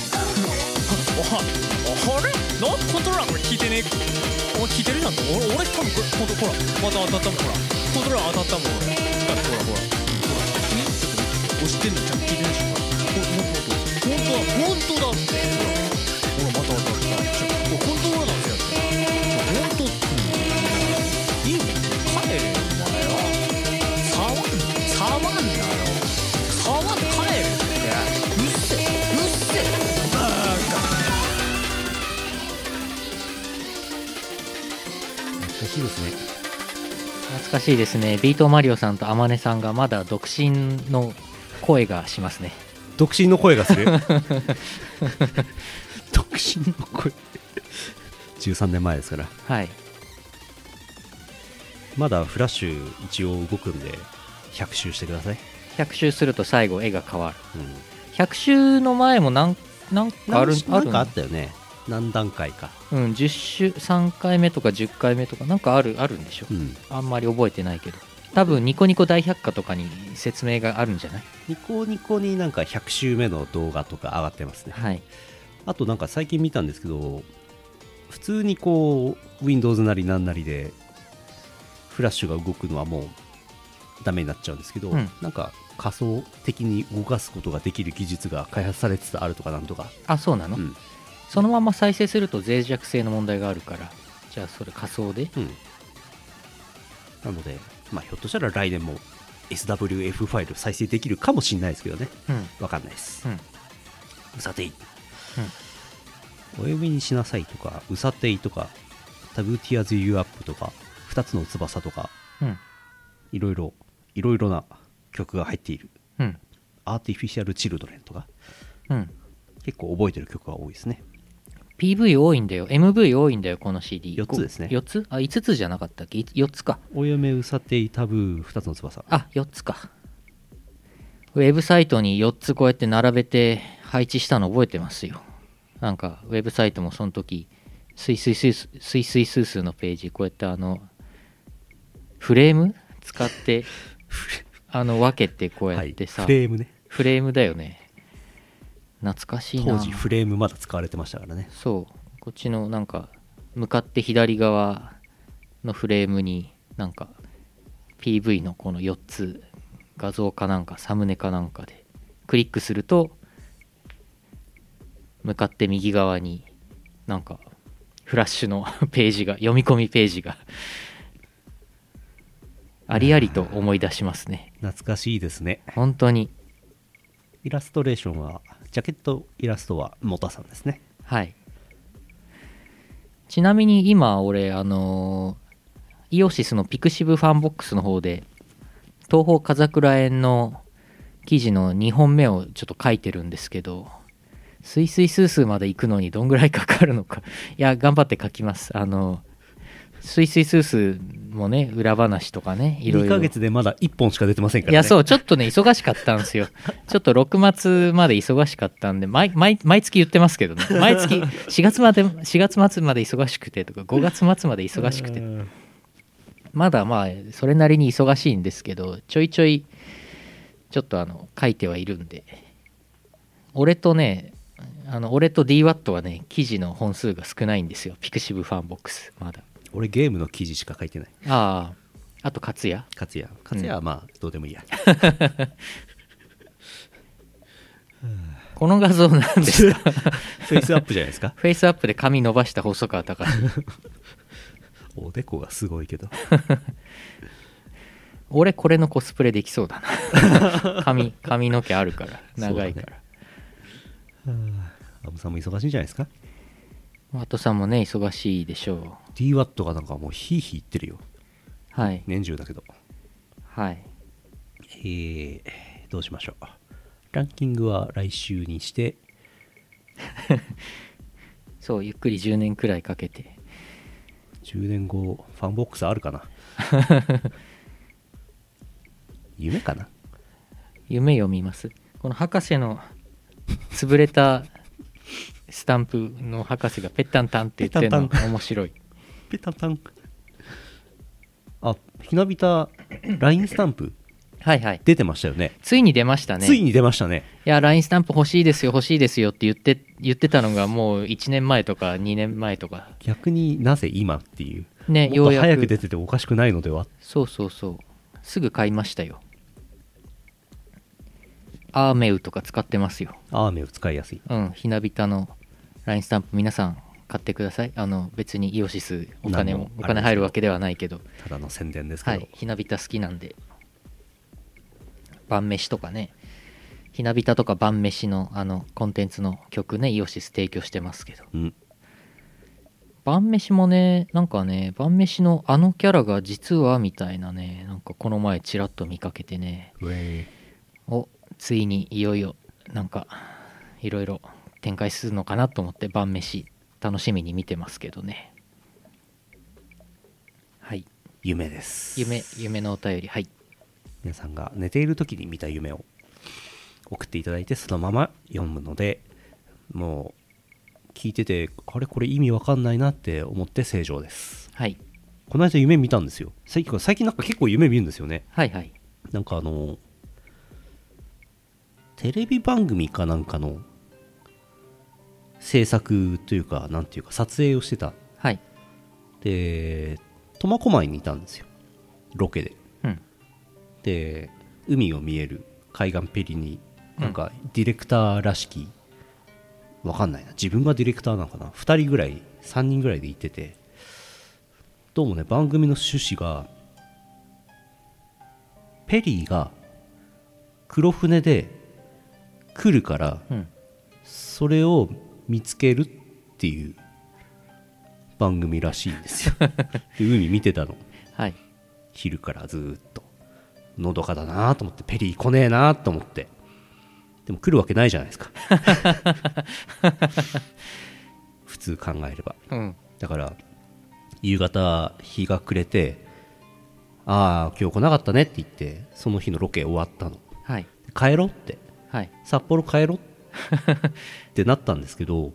あれなんコントローラーこれ効いてねえお前効いてるじゃん。俺俺多分これほんとほらまた当たったもん。ほらコントローラー当たったもん俺。だってほらほら押してんのちゃんと効いてないし。ほんとほんとほんとだってほらほらまた当たったコントローラーなんですよほんといいね帰れよお前よ。触ん触んなよ触ん帰れってうっせうっせバーカ。 懐かしいですね。 懐かしいですね。ビートマリオさんとあまねさんがまだ独身の声がしますね。 独身の声がする独身の声じゅうさんねんまえですから。 はい。 まだフラッシュ一応動くんでひゃく周してください。 ひゃく周すると最後絵が変わる。 うん、 ひゃく周の前も何なんかあるあるなんかあったよね。何段階か。 うん、じゅっ周さんかいめとかじゅっかいめとかなんかあるあるんでしょ、 うん、 あんまり覚えてないけど多分ニコニコ大百科とかに説明があるんじゃない。 ニコニコになんかひゃく周目の動画とか上がってますね。 はい。 あとなんか最近見たんですけど普通にこう Windows なりなんなりでフラッシュが動くのはもうダメになっちゃうんですけど、うん、なんか仮想的に動かすことができる技術が開発されつつあるとかなんとか。 あ、そうなの、うん、そのまま再生すると脆弱性の問題があるからじゃあそれ仮想で、うん、 なので、まあ、ひょっとしたら来年も エスダブリューエフ ファイル再生できるかもしれないですけどね、うん、わかんないです、うん、うさてい、うん、お読みにしなさいとかうさていとかタブーティアズユーアップとかふたつの翼とか、うん、いろいろいろいろな曲が入っている、うん、アーティフィシャルチルドレンとか、うん、結構覚えてる曲が多いですね。 ピーブイ 多いんだよ エムブイ 多いんだよこの シーディーよっつですね。 よっつあいつつじゃなかったっけ。よっつか。 お嫁うさていタブーふたつの翼。 あよっつか。ウェブサイトによっつこうやって並べて配置したの覚えてますよ。なんかウェブサイトもその時スイスイスイスイスイスースーのページこうやってあのフレーム使ってあの分けてこうやってさ、 はい、フレームね。 フレームだよね。懐かしいな。 当時フレームまだ使われてましたからね。 そうこっちのなんか向かって左側のフレームになんか ピーブイ のこのよっつ画像かなんかサムネかなんかでクリックすると向かって右側になんかフラッシュのページが読み込みページがありありと思い出しますね。 懐かしいですね。 本当に。 イラストレーションはジャケットイラストはモタさんですね。 はい。ちなみに今俺あのイオシスのピクシブファンボックスの方で東方風倉園の記事のにほんめをちょっと書いてるんですけど、スイスイスースーまで行くのにどんぐらいかかるのかいや頑張って書きます。あのスイスイスースーもね裏話とかねいろいろにかげつでまだいっぽんしか出てませんからね。 いやそうちょっとね忙しかったんですよちょっとろくがつまで忙しかったんで 毎, 毎, 毎月言ってますけどね毎月しがつまでしがつ末まで忙しくてとかごがつ末まで忙しくてまだまあそれなりに忙しいんですけどちょいちょいちょっとあの書いてはいるんで、俺とねあの俺と ディーワット はね記事の本数が少ないんですよピクシブファンボックスまだ。 俺ゲームの記事しか書いてない。 あああと勝也勝也勝也はまあどうでもいいや、 この画像なんですかフェイスアップじゃないですか。 フェイスアップで髪伸ばした細川隆おでこがすごいけど俺これのコスプレできそうだな髪髪の毛あるから長いから、 アブさんも忙しいんじゃないですか。 ワトさんもね忙しいでしょう。 ディーワット がなんかもうヒーヒー言ってるよ。 はい年中だけど。 はいえー、どうしましょう。ランキングは来週にしてそうゆっくりじゅうねんくらいかけてじゅうねんごファンボックスあるかな夢かな。 夢読みます。この博士の潰れたスタンプの博士がペッタンタンって言ってるのが面白い。 ペタタン。あ、ひなびた ライン スタンプはいはい出てましたよね。 ついに出ましたね。 ついに出ましたね。 いや ライン スタンプ欲しいですよ欲しいですよって言って言ってたのがもういちねんまえとかにねんまえとか逆になぜ今っていうね、 もっようやくと早く出てておかしくないのでは。 そうそうそうすぐ買いましたよ。アーメウとか使ってますよ。 アーメを使いやすい。 うんひなびたの ライン スタンプ皆さん買ってください。あの別にイオシスお金も何もお金入るわけではないけどただの宣伝ですけど、 はいひなびた好きなんで晩飯とかねひなびたとか晩飯のあのコンテンツの曲ねイオシス提供してますけど、 うん、 晩飯もねなんかね晩飯のあのキャラが実はみたいなねなんかこの前ちらっと見かけてねウェイおついにいよいよなんかいろいろ展開するのかなと思って晩飯楽しみに見てますけどね。はい夢です。 夢夢のお便りはい皆さんが寝ている時に見た夢を送っていただいてそのまま読むので、もう聞いててあれこれ意味わかんないなって思って正常です。 はいこの間夢見たんですよ。最近最近なんか結構夢見るんですよね。 はいはいなんかあのテレビ番組かなんかの制作というかなんていうか撮影をしてた。 はいで苫小牧にいたんですよロケで。 うんで海を見える海岸ペリになんかディレクターらしき、わかんないな自分がディレクターなのかなふたりぐらいさんにんぐらいで行ってて、どうもね番組の趣旨がペリーが黒船で来るからうんそれを見つけるっていう番組らしいんですよで海見てたのはい昼からずーっとのどかだなと思ってペリー来ねえなと思って、でも来るわけないじゃないですか普通考えれば。 うんだから夕方日が暮れてああ今日来なかったねって言ってその日のロケ終わったの。 はい帰ろうってはい札幌帰ろうってなったんですけど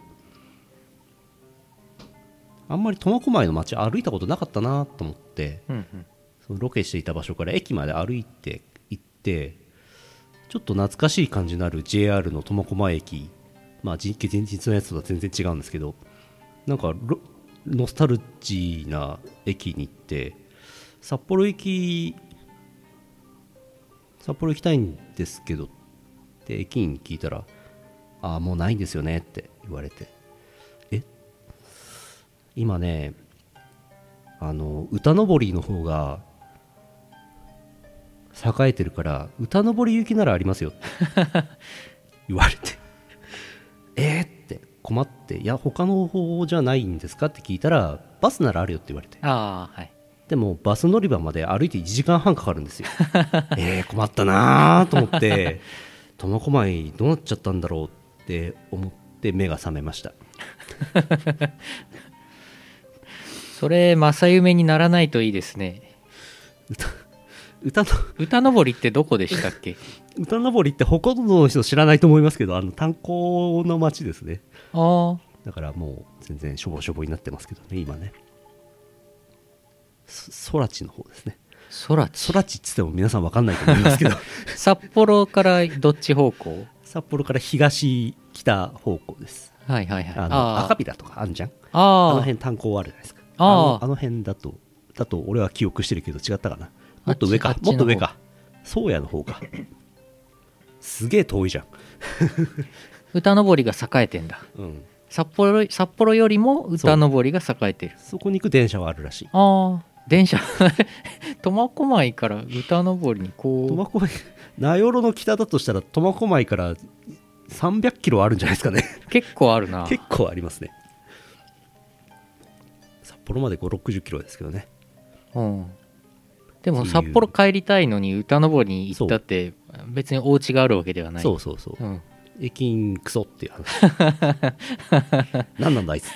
あんまり苫小牧の街歩いたことなかったなと思ってうんうんそのロケしていた場所から駅まで歩いて行ってちょっと懐かしい感じのある ジェイアール の苫小牧駅、まあ前日のやつとは全然違うんですけどなんかノスタルジーな駅に行って札幌駅札幌行きたいんですけどって駅員に聞いたら、ああもうないんですよねって言われて、え今ねあの歌登りの方が栄えてるから歌登り行きならありますよって言われてえーって困って、いや他の方じゃないんですかって聞いたら、バスならあるよって言われて、 ああはい。 でもバス乗り場まで歩いていちじかんはんかかるんですよえー困ったなと思って苫小牧どうなっちゃったんだろうって思って目が覚めました。 それ正夢にならないといいですね。 歌の歌登りってどこでしたっけ？ 歌登りってほとんどの人知らないと思いますけど、あの炭鉱の町ですね。 ああ、 だからもう全然しょぼしょぼになってますけどね今ね。空知の方ですね。 空知。 空知っつっても皆さん分かんないと思いますけど札幌からどっち方向？ 札幌から東北方向です。 はいはいはい。 あのあ赤ビラとかあるじゃん。 あああの辺炭鉱あるじゃないですか。 あのあの辺だとだと俺は記憶してるけど違ったかな。もっと上かあっちもっと上か。宗谷の方か。すげえ遠いじゃん。 歌登りが栄えてんだ。 うん。 札幌札幌よりも歌登りが栄えてる。 そこに行く電車はあるらしい。 ああ、電車苫小牧から歌登りにこう苫小牧名寄の北だとしたら苫小牧からさんびゃっキロあるんじゃないですかね。 結構あるな。 結構ありますね。札幌までごじゅうろくじゅっキロですけどね。 うん。でも札幌帰りたいのに歌登りに行ったって別にお家があるわけではない。 そうそうそう。 うん、 駅員クソっていう話。何なんだあいつ。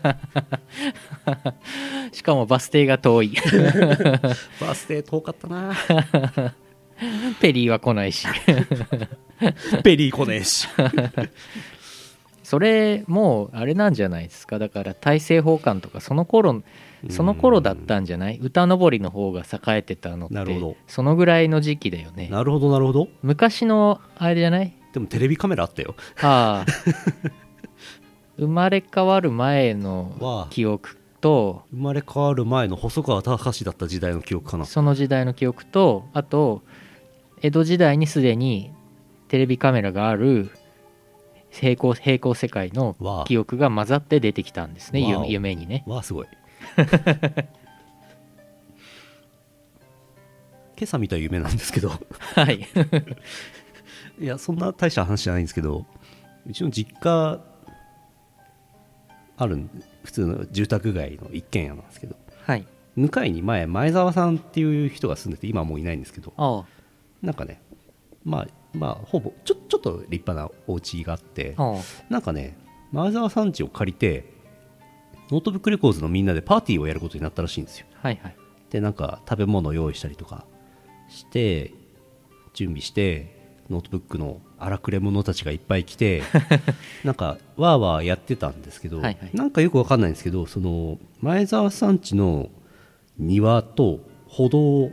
しかもバス停が遠い。 バス停遠かったな。 ペリーは来ないし。 ペリー来ねえし。 それもうあれなんじゃないですか。だから大政奉還とかその頃その頃だったんじゃない？歌登りの方が栄えてたのってなるほどそのぐらいの時期だよね。 なるほどなるほど。 昔のあれじゃない？ でもテレビカメラあったよ。 ああ生まれ変わる前の記憶と生まれ変わる前の細川隆だった時代の記憶かな。 その時代の記憶と、あと江戸時代にすでにテレビカメラがある平行平行世界の記憶が混ざって出てきたんですね。夢夢にね。 わあすごい。今朝見た夢なんですけどはいいやそんな大した話じゃないんですけど、うちの実家ある普通の住宅街の一軒家なんですけど、 はい、 向かいに前前澤さんっていう人が住んでて今はもういないんですけど、 ああなんかねまあまあほぼちょちょっと立派なお家があって、 ああなんかね前澤さん家を借りてノートブックレコーズのみんなでパーティーをやることになったらしいんですよ。 はいはい。 でなんか食べ物を用意したりとかして準備してノートブックの荒くれ者たちがいっぱい来てなんかわーわーやってたんですけど、 はいはい、 なんかよくわかんないんですけど、その前澤さん家の庭と歩道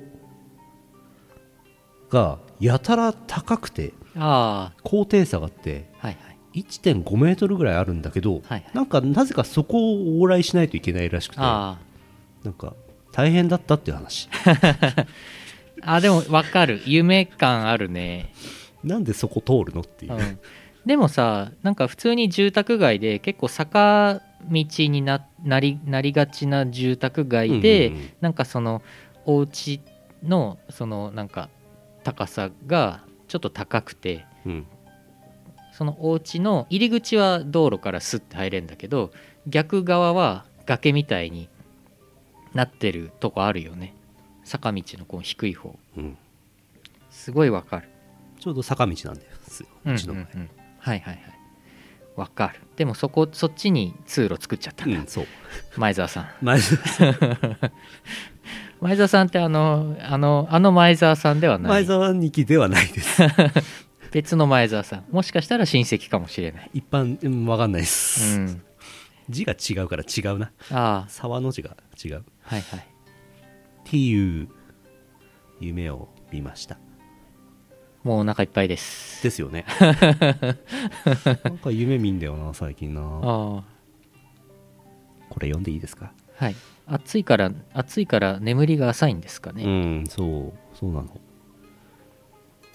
がやたら高くて、 あ高低差があって、 はいはい、 いってんごメートルぐらいあるんだけど、はいはい、なんかなぜかそこを往来しないといけないらしくて、 あなんか大変だったっていう話あでも分かる、夢感あるね。 なんでそこ通るのっていう、うん、 でもさ、なんか普通に住宅街で結構坂道に な, な, りなりがちな住宅街で、うんうんうん、なんかそのお家のそのなんか高さがちょっと高くて、うん、そのお家の入り口は道路からスッて入れるんだけど、逆側は崖みたいになってるとこあるよね。坂道のこう低い方、うん、すごいわかる。ちょうど坂道なんですよ、うちの前、うんうんうん、 はいはいはい、わかる。でもそこそっちに通路作っちゃったんだ、うん、そう前澤さん前澤さん前澤さんってあのあのあの前澤さんではない。 前澤にきではないです別の前澤さん、もしかしたら親戚かもしれない。 一般、うん、分かんないです、うん、字が違うから違うな。ああ、沢の字が違う、はいはい、っていう夢を見ました。 もうお腹いっぱいですですよねなんか夢見んだよな最近なあ。これ読んでいいですか？ はい。暑いから暑いから眠りが浅いんですかね。 うん、そうそうなの。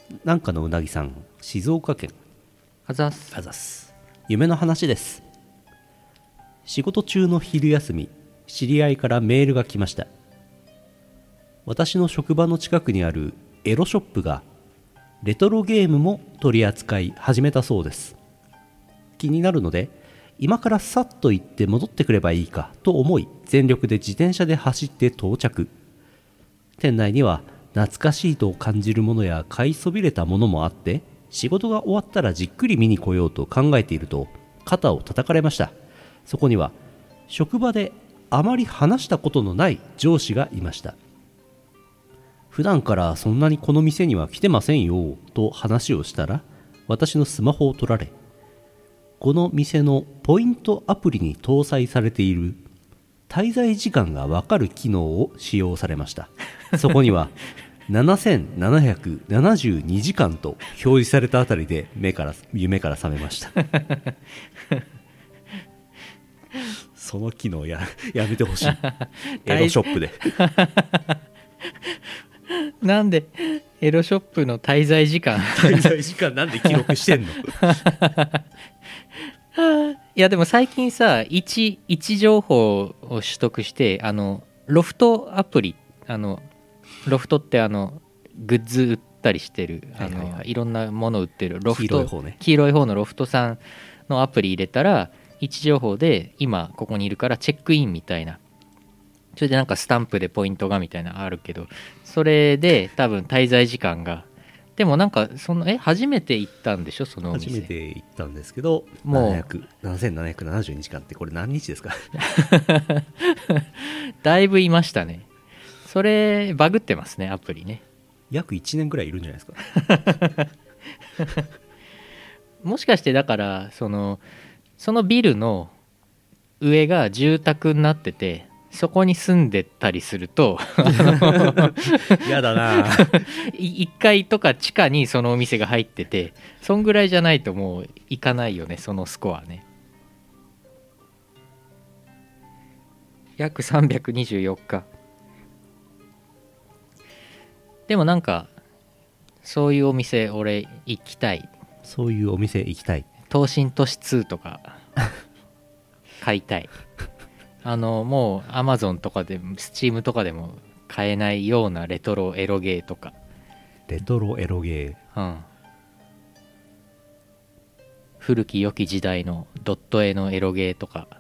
なんかのうなぎさん、静岡県。 あざっす。 あざっす。夢の話です。仕事中の昼休み、知り合いからメールが来ました。私の職場の近くにあるエロショップがレトロゲームも取り扱い始めたそうです。気になるので今からさっと行って戻ってくればいいかと思い、全力で自転車で走って到着。店内には懐かしいと感じるものや買いそびれたものもあって、仕事が終わったらじっくり見に来ようと考えていると肩を叩かれました。そこには職場であまり話したことのない上司がいました。普段からそんなにこの店には来てませんよと話をしたら、私のスマホを取られ、この店のポイントアプリに搭載されている滞在時間が分かる機能を使用されました。そこにはななせんななひゃくななじゅうにじかんと表示されたあたりで目から夢から覚めました。その機能ややめてほしい。エロショップで。 なんでエロショップの滞在時間滞在時間なんで記録してんの？ いやでも最近さ、位置位置情報を取得して、あのロフトアプリ、あのロフトってあのグッズ売ったりしてる、あの、はいはいはい、いろんなもの売ってるロフト、 黄色い方ね、 黄色い方のロフトさんのアプリ入れたら位置情報で今ここにいるからチェックインみたいな、それでなんかスタンプでポイントがみたいなのあるけど、それで多分滞在時間が、でもなんかそのえ初めて行ったんでしょ、そのお店。 初めて行ったんですけど、 もうななせんななひゃくななじゅうにじかんってこれ何日ですか？ だいぶいましたね。それバグってますね、アプリね。 約いちねんぐらいいるんじゃないですか？ もしかしてだからそのそのビルの上が住宅になってて、そこに住んでたりするとやだないっかいとか地下にそのお店が入ってて、そんぐらいじゃないともう行かないよね、そのスコアね。約さんびゃくにじゅうよっか。でもなんかそういうお店俺行きたい。 そういうお店行きたい。 東進都市ツーとか買いたい。あのもう Amazon とかでも Steam とかでも買えないようなレトロエロゲーとか。 レトロエロゲー、うん、古き良き時代のドット絵のエロゲーとか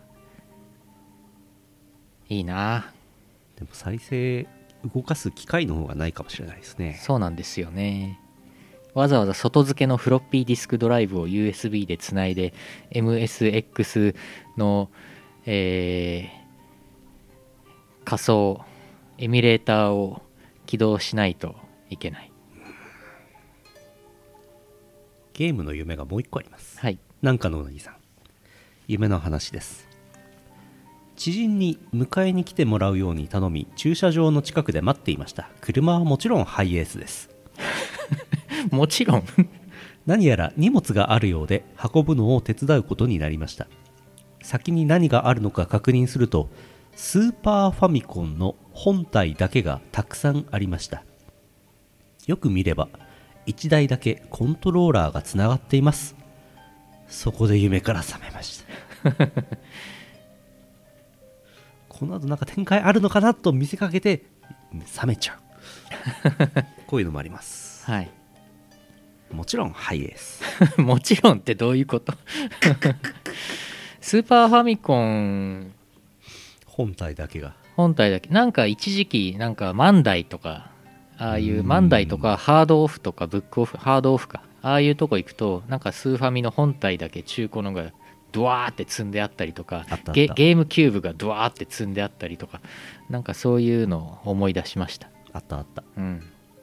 いいな。 でも再生動かす機械の方がないかもしれないですね。 そうなんですよね。わざわざ外付けのフロッピーディスクドライブを ユーエスビー でつないで エムエスエックス の、えー、仮想エミュレーターを起動しないといけない。 ゲームの夢がもう一個あります。 はい。 なんかのうなぎさん、夢の話です。知人に迎えに来てもらうように頼み、駐車場の近くで待っていました。車はもちろんハイエースです。 もちろん何やら荷物があるようで運ぶのを手伝うことになりました。先に何があるのか確認すると、スーパーファミコンの本体だけがたくさんありました。よく見ればいちだいだけコントローラーがつながっています。そこで夢から覚めましたこの後なんか展開あるのかなと見せかけて覚めちゃうこういうのもあります。 はい。 もちろんハイエースもちろんってどういうことスーパーファミコン本体だけが本体だけなんか一時期なんか万代とかああいう万代とかハードオフとかブックオフハードオフかああいうとこ行くとなんかスーファミの本体だけ中古のがドワーって積んであったりとか、 あったあった、 ゲ、ゲームキューブがドワーって積んであったりとか、なんかそういうのを思い出しました。 あったあった、 うん、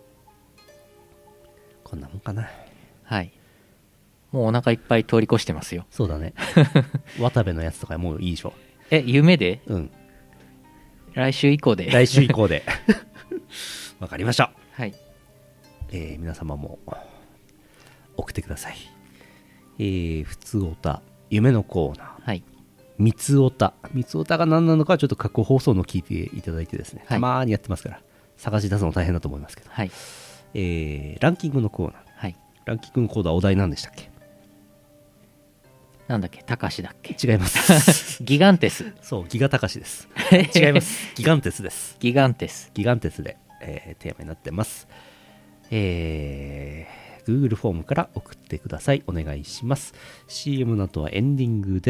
こんなもんかな。 はい。もうお腹いっぱい通り越してますよ。 そうだね渡部のやつとかもういいでしょ。 え、夢で？ うん、 来週以降で来週以降でわかりました。 はい。 えー、皆様も送ってください。えー、ふつおた夢のコーナー、 はい、 みつおたみつおたが何なのかちょっと過去放送の聞いていただいてですね、はい、たまーにやってますから探し出すの大変だと思いますけど、 はい、 えー、ランキングのコーナー、 ランキ君コードはお題何でしたっけ？ なんだっけ、たかしだっけ。 違いますギガンテス。 そうギガたかしです違いますギガンテスですギガンテス。 ギガンテスで、えーテーマになってます。えー、Google フォームから送ってください。お願いします。 シーエム の後はエンディングです。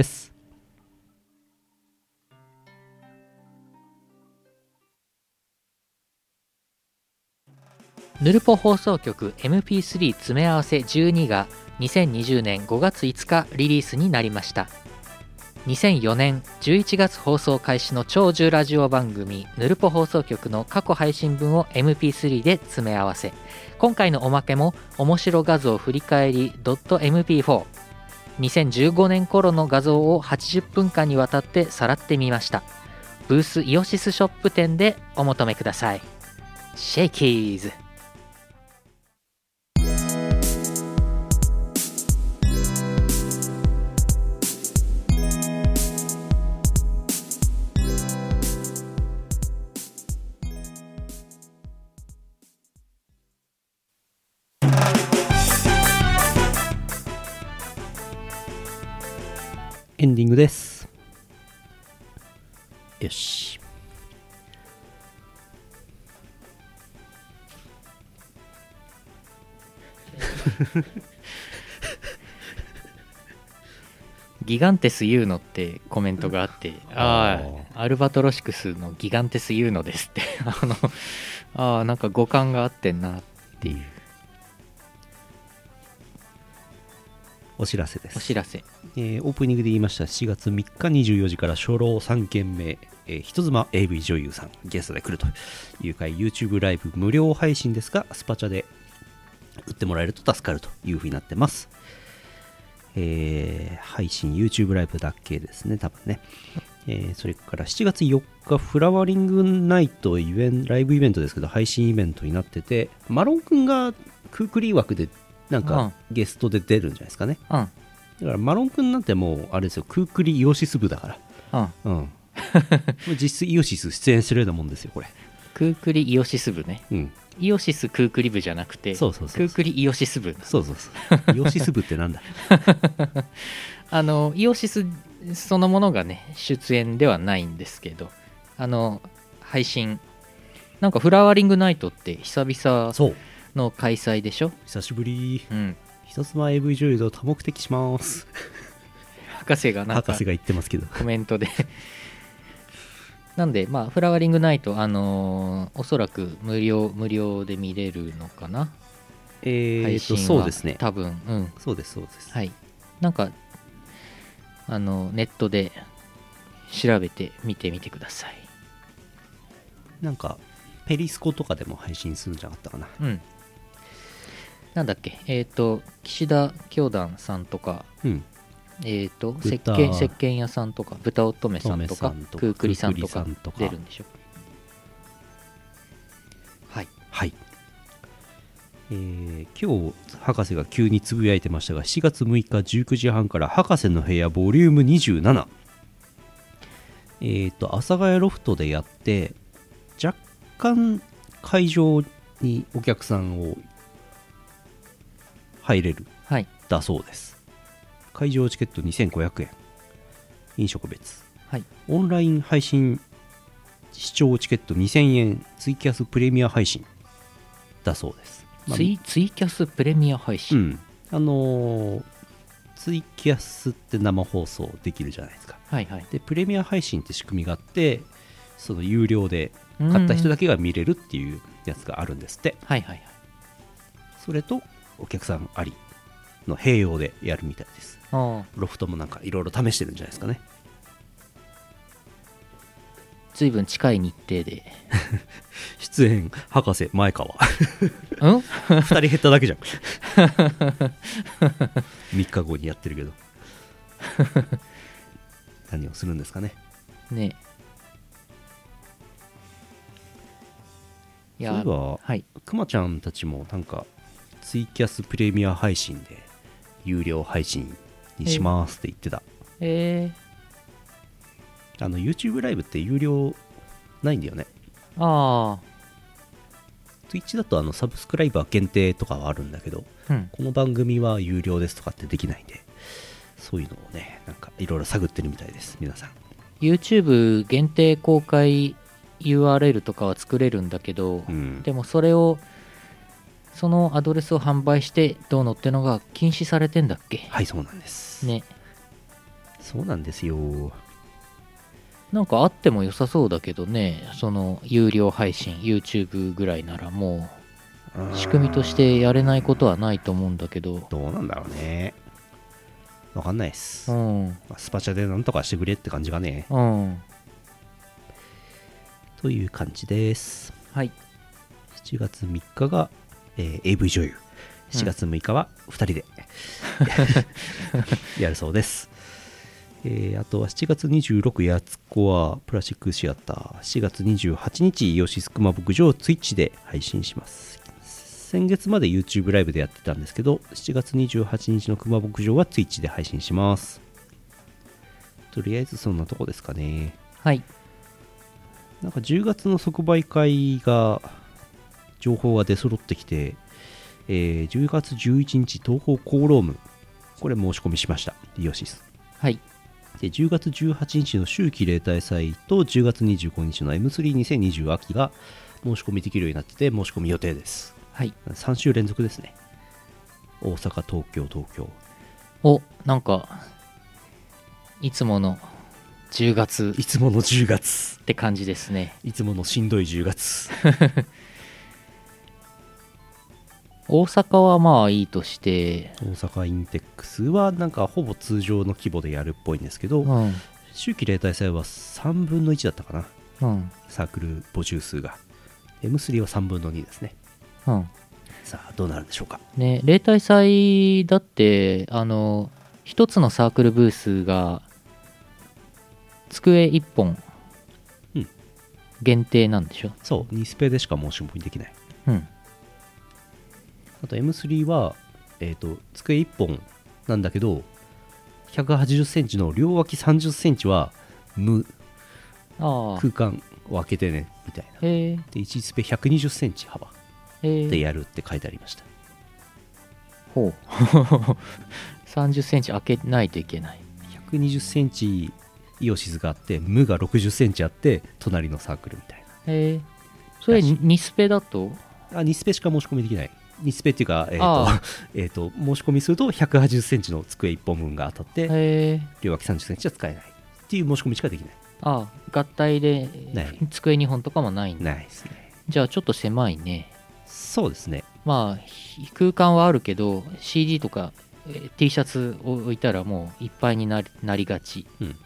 ヌルポ放送局 エムピースリー 詰め合わせじゅうにがにせんにじゅうねんごがついつかリリースになりました。にせんよねんじゅういちがつ放送開始の長寿ラジオ番組ヌルポ放送局の過去配信分を エムピースリー で詰め合わせ、今回のおまけも面白画像振り返り エムピーフォー、 にせんじゅうごねん頃の画像をはちじゅっぷんかんにわたってさらってみました。ブースイオシスショップ店でお求めください。シェイキーズ。 エンディングです。よしギガンテス言うのってコメントがあって、ああアルバトロシクスのギガンテス言うのですってあのああなんか語感があってんなっていう。 お知らせです。 お知らせ、 えーオープニングで言いましたしちがつみっかにじゅうよじから初老さんけんめ、えー、人妻 エーブイ 女優さんゲストで来るという回 YouTube ライブ無料配信ですがスパチャで売ってもらえると助かるという風になってます。えー配信 YouTube ライブだけですね多分ね。えーそれからしちがつよっかフラワリングナイトイベンライブイベントですけど配信イベントになってて、マロンくんがクークリー枠でなんかゲストで出るんじゃないですかね。 うんだからマロンくんなんてもうあれですよ、クークリイオシス部だからうんうん実質イオシス出演するようなもんですよこれ。 クークリイオシス部ね。 うんイオシスクークリ部じゃなくてそうそうそうそうクークリイオシス部。 そうそうそうイオシス部ってなんだあのイオシスそのものがね出演ではないんですけど、あの配信なんかフラワーリングナイトって久々 そうの開催でしょ。 久しぶり。 うん一つま エーブイ 女優と多目的します博士がなんか博士が言ってますけどコメントでなんでまあフラワーリングナイトあのーおそらく無料無料で見れるのかな。 えーと配信はそうですね多分うんそうですそうですはいなんかあのネットで調べて見てみてください。 なんかペリスコとかでも配信するんじゃなかったかな。 うんなんだっけえっ、と岸田教団さんとかうんえっ、と豚石鹸石鹸屋さんとか豚乙女さんとか乙女さんとかクークリさんとかクークリさんとか出るんでしょ。はいはいえー今日博士が急につぶやいてましたがしがつむいかじゅうくじはんから博士の部屋ボリュームにじゅうななえっ、と阿佐ヶ谷ロフトでやって若干会場にお客さんを入れるはいだそうです。会場チケットにせんごひゃくえん飲食別はいオンライン配信視聴チケットにせんえんツイキャスプレミア配信だそうです。まあツイツイキャスプレミア配う信、 んあのーツイキャスって生放送できるじゃないですか。 はいはいでプレミア配信って仕組みがあってその有料で買った人だけが見れるっていうやつがあるんですって。 はいはいはいそれとお客さんありの併用でやるみたいです。 ああロフトもなんかいろいろ試してるんじゃないですかね。 ずいぶん近い日程で出演博士前川うんふたり減っただけじゃんみっかごにやってるけど何をするんですかね。 ねいやそういえばはいくまちゃんたちもなんかツイキャスプレミア配信で有料配信にしますって言ってた。 えあの YouTube ライブって有料ないんだよね。 ー、ああ Twitch だとあのサブスクライバー限定とかはあるんだけど、 うんこの番組は有料ですとかってできないんで、そういうのをね、なんかいろいろ探ってるみたいです、皆さん。 YouTube 限定公開 ユーアールエル とかは作れるんだけど、 うんでもそれをそのアドレスを販売してどうのってのが禁止されてんだっけはい、そうなんですね。 そうなんですよ。 なんかあっても良さそうだけどね、その有料配信 YouTube ぐらいならもう仕組みとしてやれないことはないと思うんだけど、 どうなんだろうね、わかんないっす、 うんまあスパチャでなんとかしてくれって感じがね、 うんという感じです。 はい。 しちがつみっかが、えー エーブイ 女優、しちがつむいかはふたりで、やるそうです。えーあとはしちがつにじゅうろくやつこはプラスチックシアター、しちがつにじゅうはちにちイオシスクマ牧場を Twitch で配信します。先月まで YouTube ライブでやってたんですけど、しちがつにじゅうはちにちのクマ牧場は Twitch で配信します。とりあえずそんなとこですかね。 はい。 なんかじゅうがつの即売会が情報が出揃ってきて、えーじゅうがつじゅういちにち東宝コーローム、これ申し込みしました、イオシス。 はい。 でじゅうがつじゅうはちにちの秋季例大祭とじゅうがつにじゅうごにちの エムスリーにせんにじゅう 秋が申し込みできるようになってて、申し込み予定です。 はい。 さんしゅう連続ですね。大阪、東京、東京。 お、なんかいつものじゅうがついつものじゅうがつって感じですね。 いつものしんどいじゅうがつ大阪はまあいいとして、 大阪インテックスはなんかほぼ通常の規模でやるっぽいんですけど、 うん秋季例大祭はさんぶんのいちだったかな、 うんサークル募集数が。 エムスリー はさんぶんのにですね。 うんさあどうなるんでしょうか。 ね、例大祭だってあの一つのサークルブースが机いっぽんうん限定なんでしょ。 そうにスペでしか申し込みできない。 うんあと エムスリー は、えー、と机いっぽんなんだけどひゃくはちじゅっセンチの両脇さんじゅっセンチは無ああ空間を空けてねみたいな。 へえでいちスペひゃくにじゅっセンチ幅へえでやるって書いてありました。 ほうさんじゅっセンチ開けないといけない。 ひゃくにじゅっセンチイオシスがあって無がろくじゅっセンチあって隣のサークルみたいへえそれらしいにスペだとな。あにスペしか申し込みできない。にスペっていうか、えーあとえーと申し込みするとひゃくはちじゅっセンチの机いっぽん分が当たってへえ両脇さんじゅっセンチは使えないっていう申し込みしかできない。 ああ合体でない机にほんとかもないんだ。 ないですね。 じゃあちょっと狭いね。 そうですね。 まあひ空間はあるけど シーディー とかえー T シャツを置いたらもういっぱいになりなりがち。 うん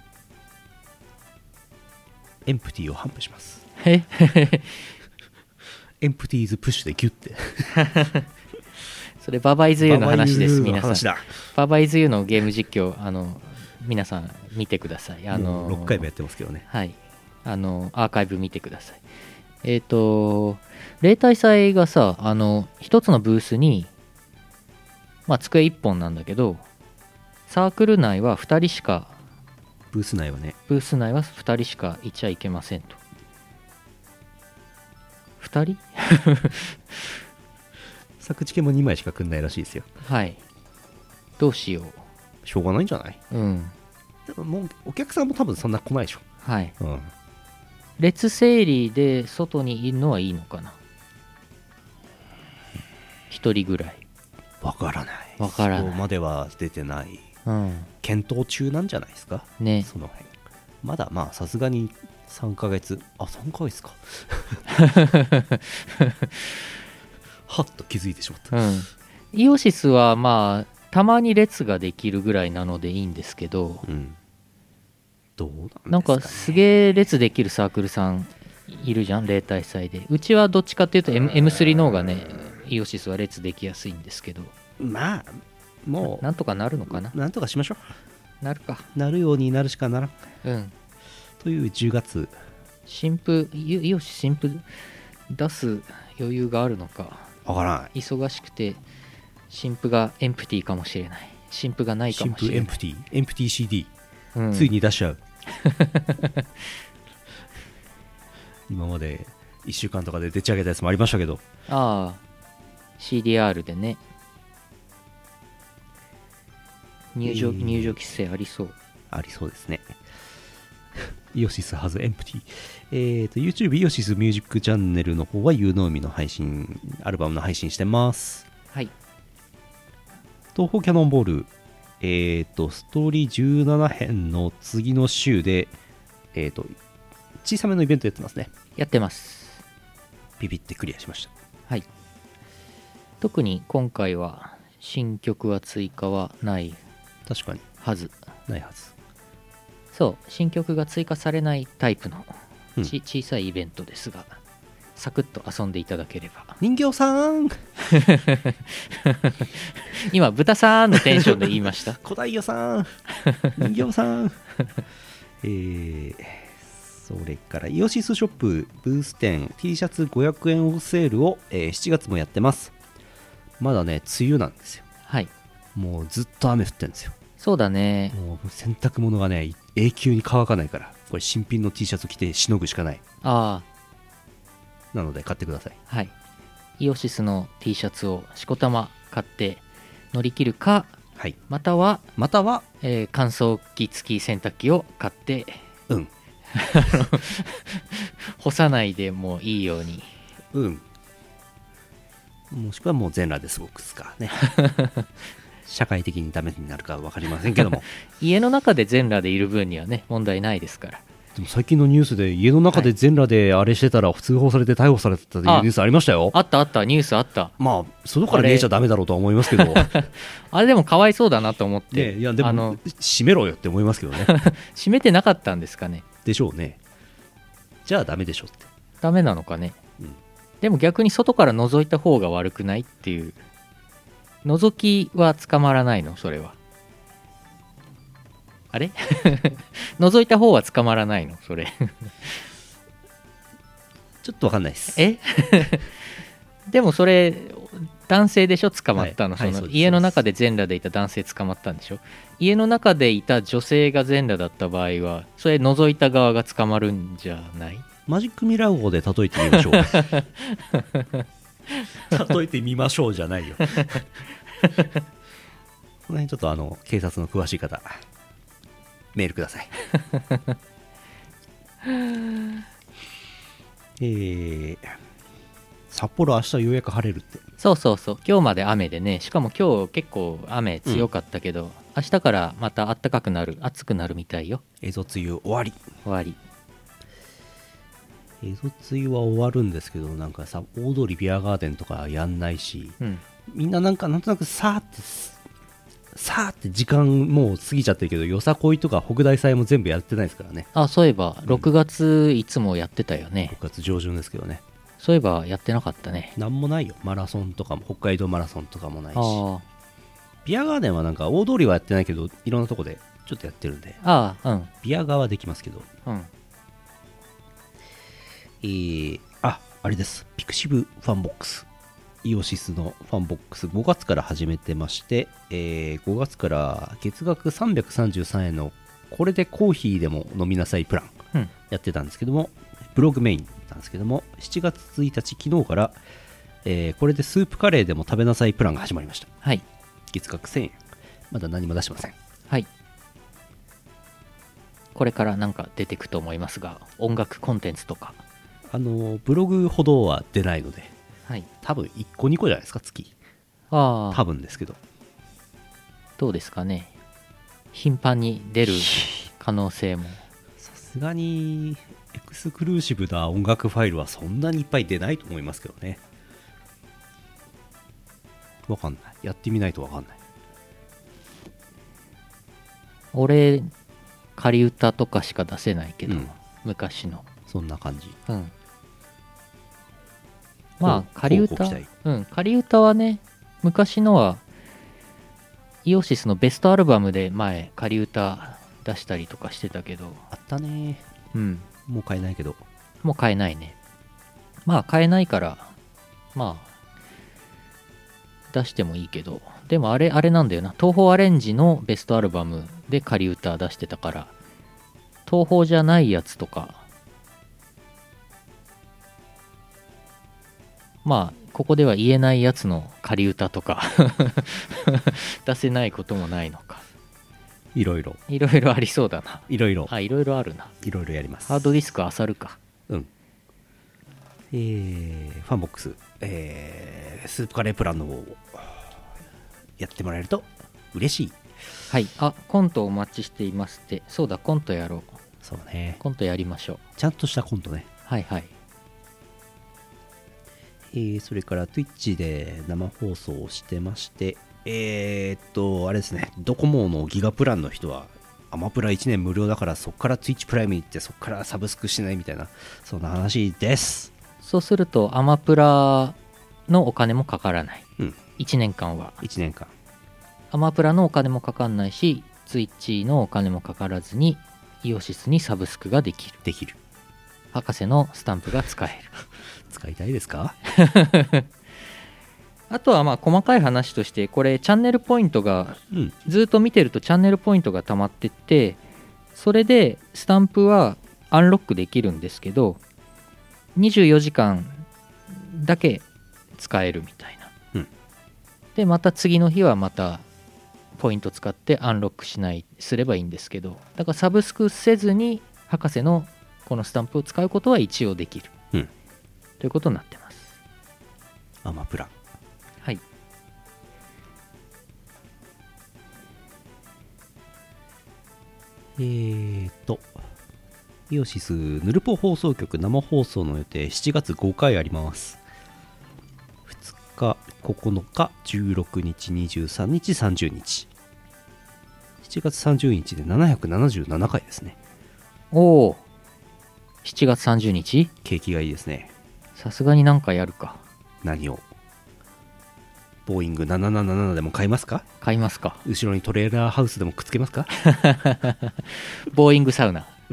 エンプティを頒布します。 えエンプティーズプッシュでギュッてそれババイズユーの話です。皆さん話だ。 ババイズユーのゲーム実況あの皆さん見てください。あのもうろっかいもやってますけどね。 はいあのアーカイブ見てください。えっ、と例大祭がさあの一つのブースにまあ机いっぽんなんだけどサークル内はふたりしかブース内はね。 ブース内はふたりしかいちゃいけませんと。ふたり作チケもにまいしか組んないらしいですよ。 はいどうしよしょうがないんじゃない。 う。うんでももうお客さんも多分そんな来ないでしょ。 はいうん。 列整理で外にいるのはいいのかな。ひとりぐらい。 わからない。 わからないそこまでは出てない。 うん検討中なんじゃないですか。 ねその辺。まだまあさすがにさんかげつ。あ、さんかげつか。はっと気づいてしまった。 うんイオシスはまあたまに列ができるぐらいなのでいいんですけど、 うん。どうなんですかね。 なんかすげえ列できるサークルさんいるじゃん例大祭で。うちはどっちかっていうと エムスリー の方がねイオシスは列できやすいんですけど、 まあもうなんとかなるのかな。 なんとかしましょなるか。 う。なるようになるしかならんうんというじゅうがつ。 新婦イイオシ新婦出す余裕があるのか。 わからない。 忙しくて新婦がエンプティーかもしれない。新婦がないか新婦もしれない。 エンプティエンプティ シーディー、 うんついに出しちゃう今までいっしゅうかんとかで出ち上げたやつもありましたけど、 ああ シーディーアール でね入場、 えー入場規制ありそう。 ありそうですね。イオシス has empty。えーと、YouTube イオシスミュージックチャンネルの方は ユーノーミの配信、アルバムの配信してます。 はい。 東宝キャノンボール、えーと、ストーリーじゅうなな編の次の週で、えーと、小さめのイベントやってますね。 やってます。 ビビってクリアしました。 はい。特に今回は新曲は追加はない確かにはず。 ないはず。 そう、新曲が追加されないタイプのうんち、小さいイベントですが、サクッと遊んでいただければ。 人形さん今豚さんのテンションで言いました古代魚さん人形さんえー、それからイオシスショップブース店 T シャツごひゃくえんオフセールを、えー、しちがつもやってます。まだね梅雨なんですよ。 はい。 もうずっと雨降ってるんですよ。 そうだね。 もう洗濯物がね永久に乾かないから、これ新品の T シャツ着てしのぐしかない。 あなので買ってください。 あ、はい。イオシスの T シャツをしこたま買って乗り切るか、 はい。 または、 またはえー乾燥機付き洗濯機を買ってうん干さないでもいいように。 うんもしくはもう全裸で過ごすかね社会的にダメになるか分かりませんけども家の中で全裸でいる分にはね問題ないですから。 でも最近のニュースで家の中で全裸であれしてたら通報されて逮捕されたというニュースありましたよ。 あったあった、ニュースあった。 まあ外から見えちゃダメだろうとは思いますけどあれでもかわいそうだなと思って、 ねいやでもあの閉めろよって思いますけどね閉めてなかったんですかね。 でしょうね。じゃあダメでしょって。 ダメなのかね、 うん、 でも逆に外から覗いた方が悪くないっていう。覗きは捕まらないのそれは。あれ覗いた方は捕まらないのそれちょっと分かんないです。 えでもそれ男性でしょ捕まったの、 はいはいそのそうです家の中で全裸でいた男性捕まったんでしょ。家の中でいた女性が全裸だった場合はそれ覗いた側が捕まるんじゃない？ マジックミラー号で例えてみましょう例えてみましょうじゃないよこの辺ちょっとあの警察の詳しい方メールくださいえー、札幌明日ようやく晴れるって。 そうそうそう、今日まで雨でね、しかも今日結構雨強かったけど、うん、明日からまた暖かくなる、暑くなるみたいよ。 映像梅雨終わり終わり。 映像梅雨は終わるんですけど、なんかさ大通りビアガーデンとかやんないし、うん、みんななんかなんとなくさーってさーって時間もう過ぎちゃってるけど、よさこいとか北大祭も全部やってないですからね。 あ、そういえばろくがついつもやってたよね、 うん、ろくがつ上旬ですけどね。 そういえばやってなかったね。 なんもないよ。マラソンとかも北海道マラソンとかもないし、 あビアガーデンはなんか大通りはやってないけどいろんなとこでちょっとやってるんで、 ああ、うん、 ビアガーはできますけど、 うん、 えー、あ、あれです。ピクシブファンボックス。イオシスのファンボックスごがつから始めてまして、えー、ごがつから月額さんびゃくさんじゅうさんえんのこれでコーヒーでも飲みなさいプランやってたんですけども、ブログメインなんですけども、しちがつついたち昨日から、えー、これでスープカレーでも食べなさいプランが始まりました。 はい。 月額せんえん。まだ何も出してません。 はい。これからなんか出てくと思いますが、音楽コンテンツとかあのブログほどは出ないので、はい、多分いっこにこじゃないですか月。ああ、多分ですけど、 どうですかね。頻繁に出る可能性も。 さすがにエクスクルーシブな音楽ファイルはそんなにいっぱい出ないと思いますけどね。わかんない。やってみないとわかんない。 俺仮歌とかしか出せないけど、うん、昔のそんな感じ。 うん。まあ仮歌、うん、仮歌はね、昔のはイオシスのベストアルバムで前仮歌出したりとかしてたけど。 あったね。 うん。 もう買えないけど。 もう買えないね。まあ買えないからまあ出してもいいけど、でもあれあれなんだよな。東宝アレンジのベストアルバムで仮歌出してたから、東宝じゃないやつとかまあここでは言えないやつの仮歌とか出せないこともないのか。 いろいろいろいろありそうだな。 いろいろあ、いろいろあるな。 いろいろやります。 ハードディスク漁るか。 うんえー、ファンボックス、えー、スープカレープランの方をやってもらえると嬉しい。 はい。あ、コントお待ちしていますって。そうだ、コントやろう。 そうね、 コントやりましょう。 ちゃんとしたコントね。 はいはい。 えー、それから Twitch で生放送をしてまして、えー、っと、あれですね、ドコモのギガプランの人は、アマプラいちねん無料だから、そこから Twitch プライムに行って、そこからサブスクしないみたいな、そんな話です。 そうすると、アマプラのお金もかからない。 うん、 いちねんかんは。 いちねんかん。 アマプラのお金もかかんないし、Twitch のお金もかからずに、イオシスにサブスクができる。 できる。 博士のスタンプが使える。 使いたいですか？ あとはまあ細かい話として、これチャンネルポイントがうん。 ずっと見てるとチャンネルポイントが溜まってって、それでスタンプはアンロックできるんですけど、にじゅうよじかんだけ使えるみたいな。 うんでまた次の日はまたポイント使ってアンロックしないすればいいんですけど、だからサブスクせずに博士のこのスタンプを使うことは一応できる、 うん、 ということになってます。 アマプラ。 はい。 えーっと、イオシスヌルポ放送局生放送の予定しちがつごかいあります。ふつか、ここのか、じゅうろくにち、にじゅうさんにち、さんじゅうにち。しちがつさんじゅうにちでななひゃくななじゅうななかいですね。 おお、しちがつさんじゅうにち、 景気がいいですね。 さすがになんかやるか。 何を？ボーイングなななななでも買いますか？ 買いますか。 後ろにトレーラーハウスでもくっつけますか？ ボーイングサウナ。 うん。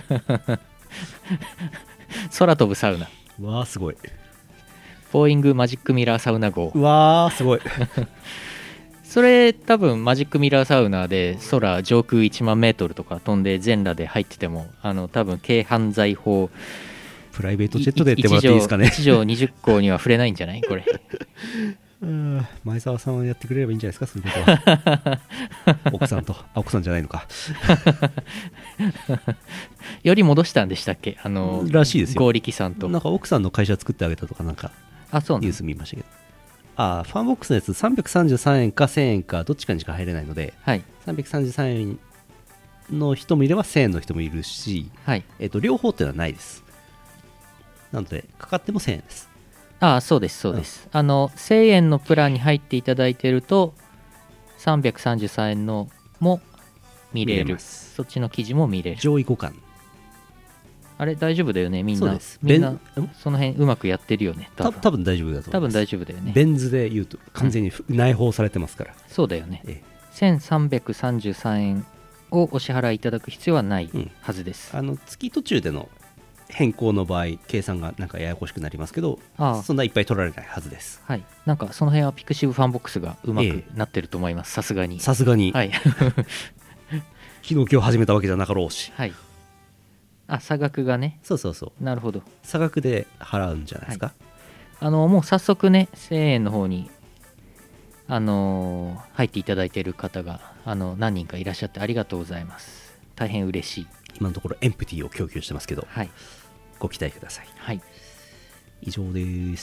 空飛ぶサウナ。 うわーすごい。 ボーイングマジックミラーサウナ号。 うわーすごい。 それ多分マジックミラーサウナで空上空いちまんメートルとか飛んで全裸で入ってても、あの多分軽犯罪法プライベートジェットでやってもらっていいですかね。 いち条にじゅっこうには触れないんじゃないこれ。 うん前澤さんはやってくれればいいんじゃないですか、そういうことは。奥さんと、あ、奥さんじゃないのか。 より戻したんでしたっけ、あのらしいですよ。 剛力さんと。 なんか奥さんの会社作ってあげたとか、なんかあ、そうなんニュース見ましたけど。あ、ファンボックスのやつさんびゃくさんじゅうさんえんかせんえんかどっちかにしか入れないので、 はいさんびゃくさんじゅうさんえんの人もいればせんえんの人もいるし、 はい。 えっと両方っていうのはないです。なのでかかってもせんえんです。 ああ、そうですそうです、うん、あのせんえんのプランに入っていただいているとさんびゃくさんじゅうさんえんのも見れる、 見れます。 そっちの記事も見れる。 上位互換。ああれ大丈夫だよね、みんな。 そうです。 みんなベンその辺うまくやってるよね。多分た多分大丈夫だと思います。 多分大丈夫だよね。 ベン図で言うと完全に内包されてますから、 そうだよね。 ええ、 せんさんびゃくさんじゅうさんえんをお支払いいただく必要はないはずです、 うん、あの月途中での変更の場合計算がなんかややこしくなりますけど、 ああ、 そんないっぱい取られないはずです。 はい。なんかその辺はピクシブファンボックスがうまくなってると思います、さすがに。 さすがに、 はい。 昨日今日始めたわけじゃなかろうし。 はい。あ、差額がね。 そうそうそう。 なるほど。 差額で払うんじゃないですか。 はい、あのもう早速ね、せんえんの方にあのー入っていただいている方があの何人かいらっしゃってありがとうございます。大変嬉しい。 今のところエンプティを供給してますけど、 はい、 ご期待ください。 はい、 以上です。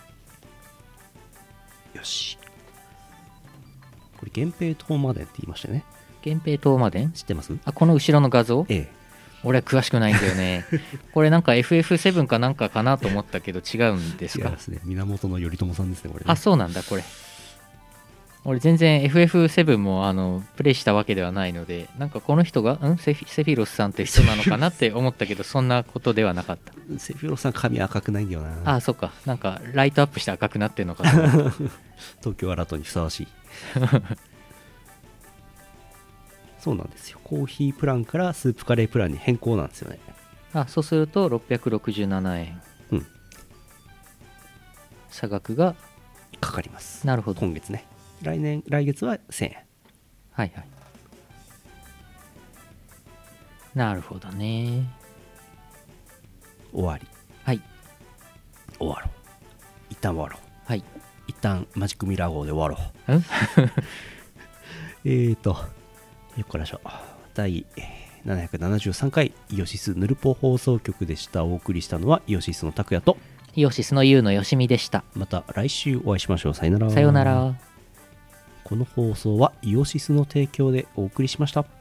よし。これ源平東馬伝って言いましたよね。 源平東馬伝知ってます？ あ、この後ろの画像？ ええ。 俺は詳しくないんだよね。これなんか エフエフセブン かなんかかなと思ったけど違うんですか？ 違いますね。源頼朝さんですね、これね。 あ、そうなんだ、これ。俺全然 エフエフセブン もあのプレイしたわけではないので、なんかこの人がんセフィ、セフィロスさんって人なのかなって思ったけど、そんなことではなかった。 セフィロスさん髪赤くないんだよな。 あ、そっか。なんかライトアップして赤くなってるのかと思った。 東京アラートにふさわしい。そうなんですよ。コーヒープランからスープカレープランに変更なんですよね。 あ、そうするとろっぴゃくろくじゅうななえん。 うん。 差額がかかります。 なるほど。 今月ね。来年、来月はせんえん。 はいはい。なるほどね。 終わり。 はい。 終わろう。 一旦終わろう。 はい。 一旦マジックミラー号で終わろんう。えーと、よっこらしょ。第ななひゃくななじゅうさんかいイオシスヌルポ放送局でした。お送りしたのはイオシスの拓也と、 イオシスのユウのよしみでした。 また来週お会いしましょう。さよなら。 さようなら。 この放送はイオシスの提供でお送りしました。